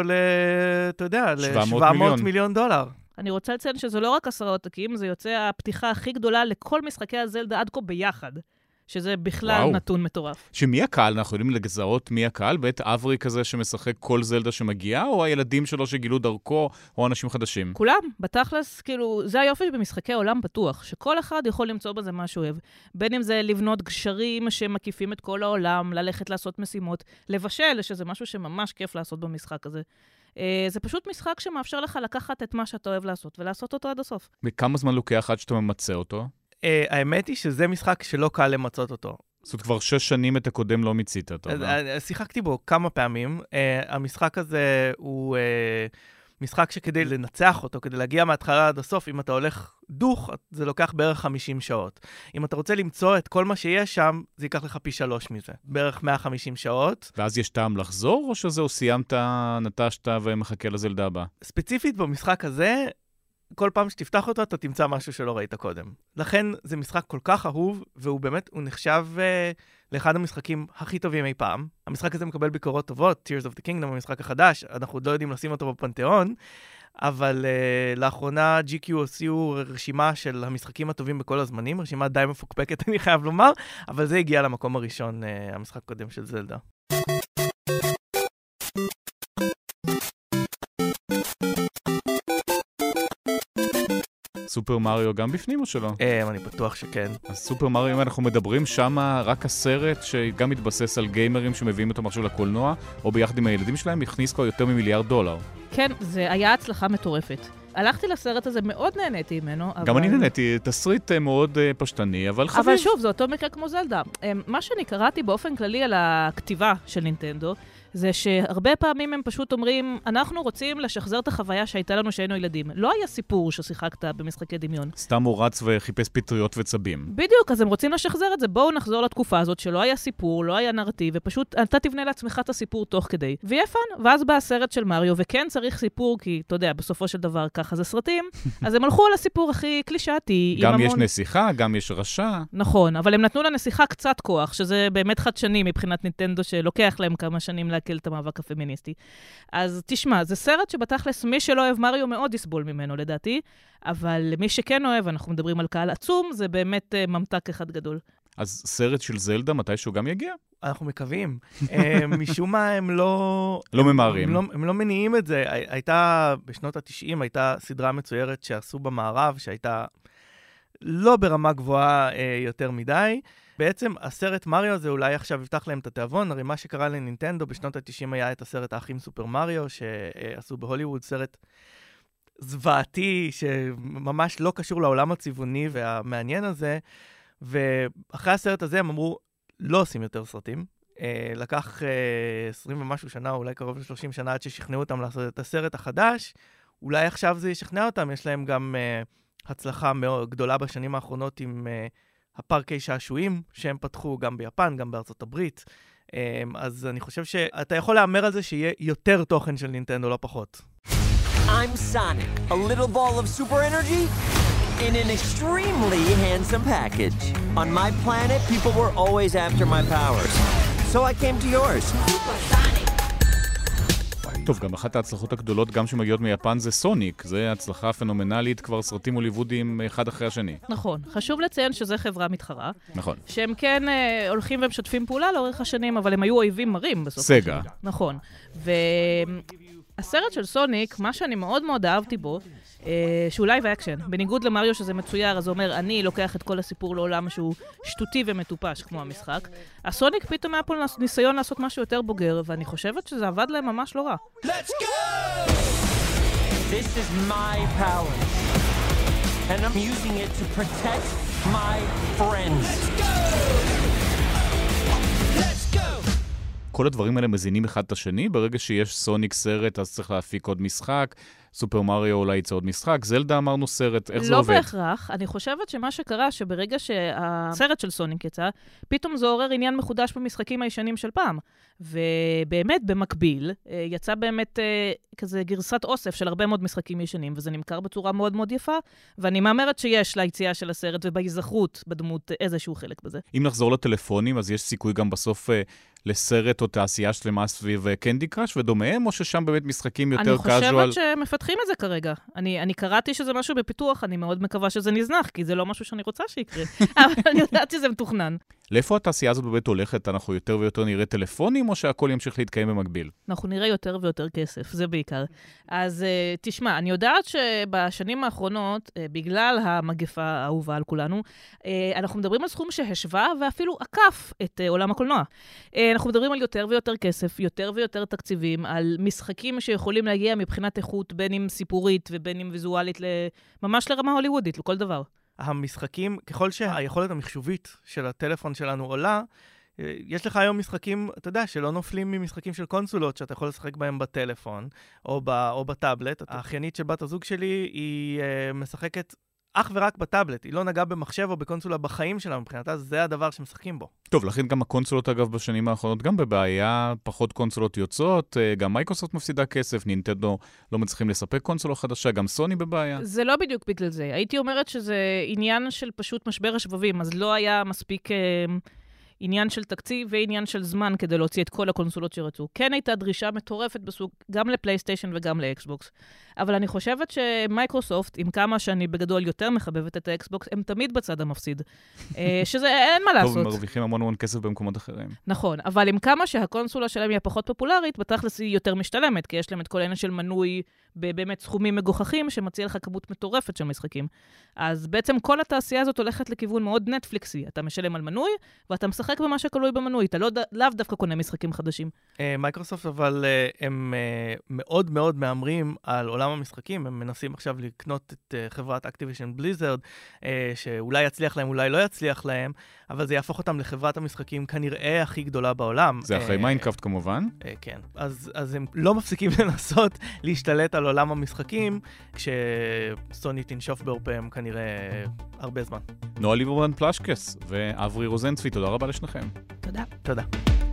אתה יודע, $700 מיליון. אני רוצה לציין שזה לא רק 10 עותקים, זה יוצא הפתיחה הכי גדולה לכל משחקי הזלדה עד כה ביחד. שזה בכלל נתון מטורף. שמי הקהל? אנחנו יודעים לגזרות מי הקהל? בית אברי כזה שמשחק כל זלדה שמגיע, או הילדים שלו שגילו דרכו, או אנשים חדשים? כולם, בתכלס, כאילו, זה היופי במשחקי עולם פתוח, שכל אחד יכול למצוא בזה מה שהוא אוהב. בין אם זה לבנות גשרים שמקיפים את כל העולם, ללכת לעשות משימות, לבשל, שזה משהו שממש כיף לעשות במשחק הזה. זה פשוט משחק שמאפשר לך לקחת את מה שאתה אוהב לעשות, ולעשות אותו עד הסוף. וכמה זמן לוקח עד שאתה ממצא אותו? האמת היא שזה משחק שלא קל למצות אותו. זאת כבר 6 שנים את הקודם לא מיצית אותו. שיחקתי בו כמה פעמים. המשחק הזה הוא משחק שכדי לנצח אותו, כדי להגיע מההתחלה עד הסוף, אם אתה הולך דוך, זה לוקח בערך 50 שעות. אם אתה רוצה למצוא את כל מה שיש שם, זה ייקח לך פי 3 מזה. בערך 150 שעות. ואז יש טעם לחזור, או שזהו, סיימת, נטשת ומחכה לזלדה הבא? ספציפית במשחק הזה, כל פעם שתפתח אותו, אתה תמצא משהו שלא ראית קודם. לכן זה משחק כל כך אהוב, והוא באמת, הוא נחשב לאחד המשחקים הכי טובים אי פעם. המשחק הזה מקבל ביקורות טובות, Tears of the Kingdom, המשחק החדש, אנחנו עוד לא יודעים לשים אותו בפנתיאון, אבל לאחרונה GQ הוציאו רשימה של המשחקים הטובים בכל הזמנים, רשימה די מפוקפקת, אני חייב לומר, אבל זה הגיע למקום הראשון, המשחק הקודם של זלדה. סופר מריו גם בפנים או שלא? אני בטוח שכן. אז סופר מריו, אם אנחנו מדברים שם רק הסרט שגם מתבסס על גיימרים שמביאים אותם עכשיו לקולנוע, או ביחד עם הילדים שלהם, הכניס כבר יותר $1 מיליארד. כן, זה היה הצלחה מטורפת. הלכתי לסרט הזה, מאוד נהניתי ממנו. גם אני נהניתי, תסריט מאוד פשטני, אבל חביב. אבל שוב, זה אותו מקרה כמו זלדה. מה שאני קראתי באופן כללי על הכתיבה של נינטנדו, זה שהרבה פעמים הם פשוט אומרים, אנחנו רוצים לשחזר את החוויה שהייתה לנו שהיינו ילדים. לא היה סיפור ששיחקת במשחקי דמיון. סתם הוא רץ וחיפש פטריות וצבים. בדיוק, אז הם רוצים לשחזר את זה. בואו נחזור לתקופה הזאת שלא היה סיפור, לא היה נרטיב, ופשוט אתה תבנה לעצמך את הסיפור תוך כדי. ויפן, ואז בא הסרט של מריו, וכן צריך סיפור, כי אתה יודע, בסופו של דבר ככה זה סרטים, אז הם הלכו על הסיפור הכי קלישאתי. גם יש נסיכה, גם יש רשע. נכון, אבל הם נתנו לנסיכה קצת כוח, שזה באמת חדשני מבחינת נינטנדו, שלוקח להם כמה שנים להקל את המאבק הפמיניסטי. אז תשמע, זה סרט שבתכלס מי שלא אוהב מריו מאוד יסבול ממנו לדעתי, אבל מי שכן אוהב, אנחנו מדברים על קהל עצום, זה באמת ממתק אחד גדול. אז סרט של זלדה, מתישהו גם יגיע? אנחנו מקווים. משום מה הם לא... לא ממהרים. הם לא מניעים את זה. הייתה, בשנות ה-90, הייתה סדרה מצוירת שעשו במערב, שהייתה לא ברמה גבוהה יותר מדי. בעצם הסרט מריו הזה אולי עכשיו יפתח להם את התיאבון, הרי מה שקרה לנינטנדו בשנות ה-90 היה את הסרט האחים סופר מריו, שעשו בהוליווד, סרט זוועתי, שממש לא קשור לעולם הצבעוני והמעניין הזה, ואחרי הסרט הזה הם אמרו, לא עושים יותר סרטים. לקח 20 ומשהו שנה, אולי קרוב ל-30 שנה עד ששכנעו אותם לעשות את הסרט החדש, אולי עכשיו זה ישכנע אותם, יש להם גם הצלחה מאוד גדולה בשנים האחרונות עם הפארקי שעשועים שהם פתחו גם ביפן, גם בארצות הברית. אז אני חושב שאתה יכול לאמר על זה שיהיה יותר תוכן של נינטנדו, לא פחות. I'm Sonic, a little ball of super energy in an extremely handsome package. On my planet, people were always after my powers. So I came to yours. טוב, גם אחת ההצלחות הגדולות גם שמגיעות מיפן זה סוניק. זה הצלחה פנומנלית, כבר סרטים הוליוודיים אחד אחרי השני. נכון. חשוב לציין שזו חברה מתחרה. נכון. שהם כן הולכים ומשתפים פעולה לאורך השנים, אבל הם היו אויבים מרים בסוף. סגה. נכון. והסרט של סוניק, מה שאני מאוד מאוד אהבתי בו, שהוא לייב אקשן. בניגוד למריו שזה מצויר, אז הוא אומר, אני לוקח את כל הסיפור לעולם שהוא שטותי ומטופש, כמו המשחק. הסוניק פתאום היה פה ניסיון לעשות משהו יותר בוגר, ואני חושבת שזה עבד להם ממש לא רע. Let's go! This is my power. And I'm using it to protect my friends. Let's go! Let's go! כל הדברים האלה מזינים אחד את השני. ברגע שיש סוניק סרט, אז צריך להפיק עוד משחק. סופר מריו אולי יצא עוד משחק. זלדה אמרנו סרט, איך זה עובד? לא בהכרח. אני חושבת שמה שקרה, שברגע שהסרט של סוניק יצא, פתאום זה עורר עניין מחודש במשחקים הישנים של פעם. ובאמת, במקביל, יצא באמת כזה גרסת אוסף של הרבה מאוד משחקים ישנים, וזה נמכר בצורה מאוד מאוד יפה, ואני מאמרת שיש ליציאה של הסרט ובהיזכרות בדמות איזשהו חלק בזה. אם נחזור לטלפונים, אז יש סיכוי גם בסוף לסרט או תעשייה שלמה סביב קנדי קראש ודומיהם, או ששם באמת משחקים יותר קאז'ואל? אני חושבת שמפתחים את זה כרגע. אני קראתי שזה משהו בפיתוח, אני מאוד מקווה שזה נזנח, כי זה לא משהו שאני רוצה שיקרה. אבל אני יודעת שזה מתוכנן. לאיפה התעשייה הזאת באמת הולכת? אנחנו יותר ויותר נראה טלפונים, או שהכל ימשיך להתקיים במקביל? אנחנו נראה יותר ויותר כסף, זה בעיקר. אז תשמע, אני יודעת שבשנים האחרונות, בגלל המגפה האהובה על כולנו, אנחנו מדברים על סכום שהשווה ואפילו עקף את עולם הקולנוע. אנחנו מדברים על יותר ויותר כסף, יותר ויותר תקציבים, על משחקים שיכולים להגיע מבחינת איכות, בין אם סיפורית ובין אם ויזואלית, ממש לרמה הוליוודית, לכל דבר. המשחקים, ככל שהיכולת המחשובית של הטלפון שלנו עולה, יש לך היום משחקים, אתה יודע, שלא נופלים ממשחקים של קונסולות, שאתה יכול לשחק בהם בטלפון או בטאבלט. האחיינית של בת הזוג שלי, היא משחקת אך ורק בטאבלט. היא לא נגעה במחשב או בקונסולה בחיים שלה, מבחינתה זה הדבר שמשחקים בו. טוב, לכן גם הקונסולות, אגב, בשנים האחרונות גם בבעיה, פחות קונסולות יוצאות, גם מייקרוסופט מפסידה כסף, נינטנדו לא מצליחים לספק קונסולה חדשה, גם סוני בבעיה. זה לא בדיוק בגלל זה. הייתי אומרת שזה עניין של פשוט משבר השבבים, אז לא היה מספיק עניין של תקציב ועניין של זמן כדי להוציא את כל הקונסולות שרצו. כן הייתה דרישה מטורפת בסוג, גם לפלייסטיישן וגם לאקסבוקס. אבל אני חושבת שמייקרוסופט, עם כמה שאני בגדול יותר מחבבת את האקסבוקס, הם תמיד בצד המפסיד. שזה אין מה לעשות. טוב, מרוויחים המון כסף במקומות אחרים. נכון, אבל עם כמה שהקונסולה שלהם היא פחות פופולרית, בתכלס היא יותר משתלמת, כי יש להם את כל העניין של מנוי באמת סכומים מגוחכים, שמציע לך כמות מטורפת של משחקים. אז בעצם כל התעשייה הזאת הולכת לכיוון מאוד נטפליקסי. אתה משלם על מנוי, ואתה משחק במה שכלוי במנוי. אתה לאו דווקא קונה משחקים חדשים. מייקרוסופט, אבל הם מאוד מאוד מאמרים על עולם המשחקים. הם מנסים עכשיו לקנות את חברת אקטיביז'ן בליזרד, שאולי יצליח להם, אולי לא יצליח להם, אבל זה יהפוך אותם לחברת המשחקים כנראה הכי גדולה בעולם. זה אחרי מיינקראפט כמובן. כן. אז הם לא מפסיקים לנסות להשתלט על עולם המשחקים, כשסוני תנשוף בעורפיהם כנראה הרבה זמן. נועה ליברמן פלשקס ואברי רוזנצבי, תודה רבה לשניכם. תודה. תודה.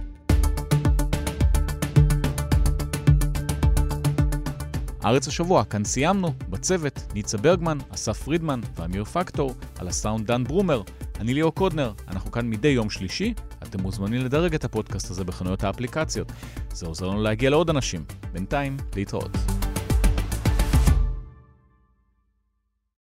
הארץ השבוע, כאן סיימנו, בצוות, ניצה ברגמן, אסף פרידמן ואמיר פקטור, על הסאונד דן ברומר, אני ליאור קודנר, אנחנו כאן מדי יום שלישי, אתם מוזמנים לדרג את הפודקאסט הזה בחנויות האפליקציות, זה עוזר לנו להגיע לעוד אנשים, בינתיים להתראות.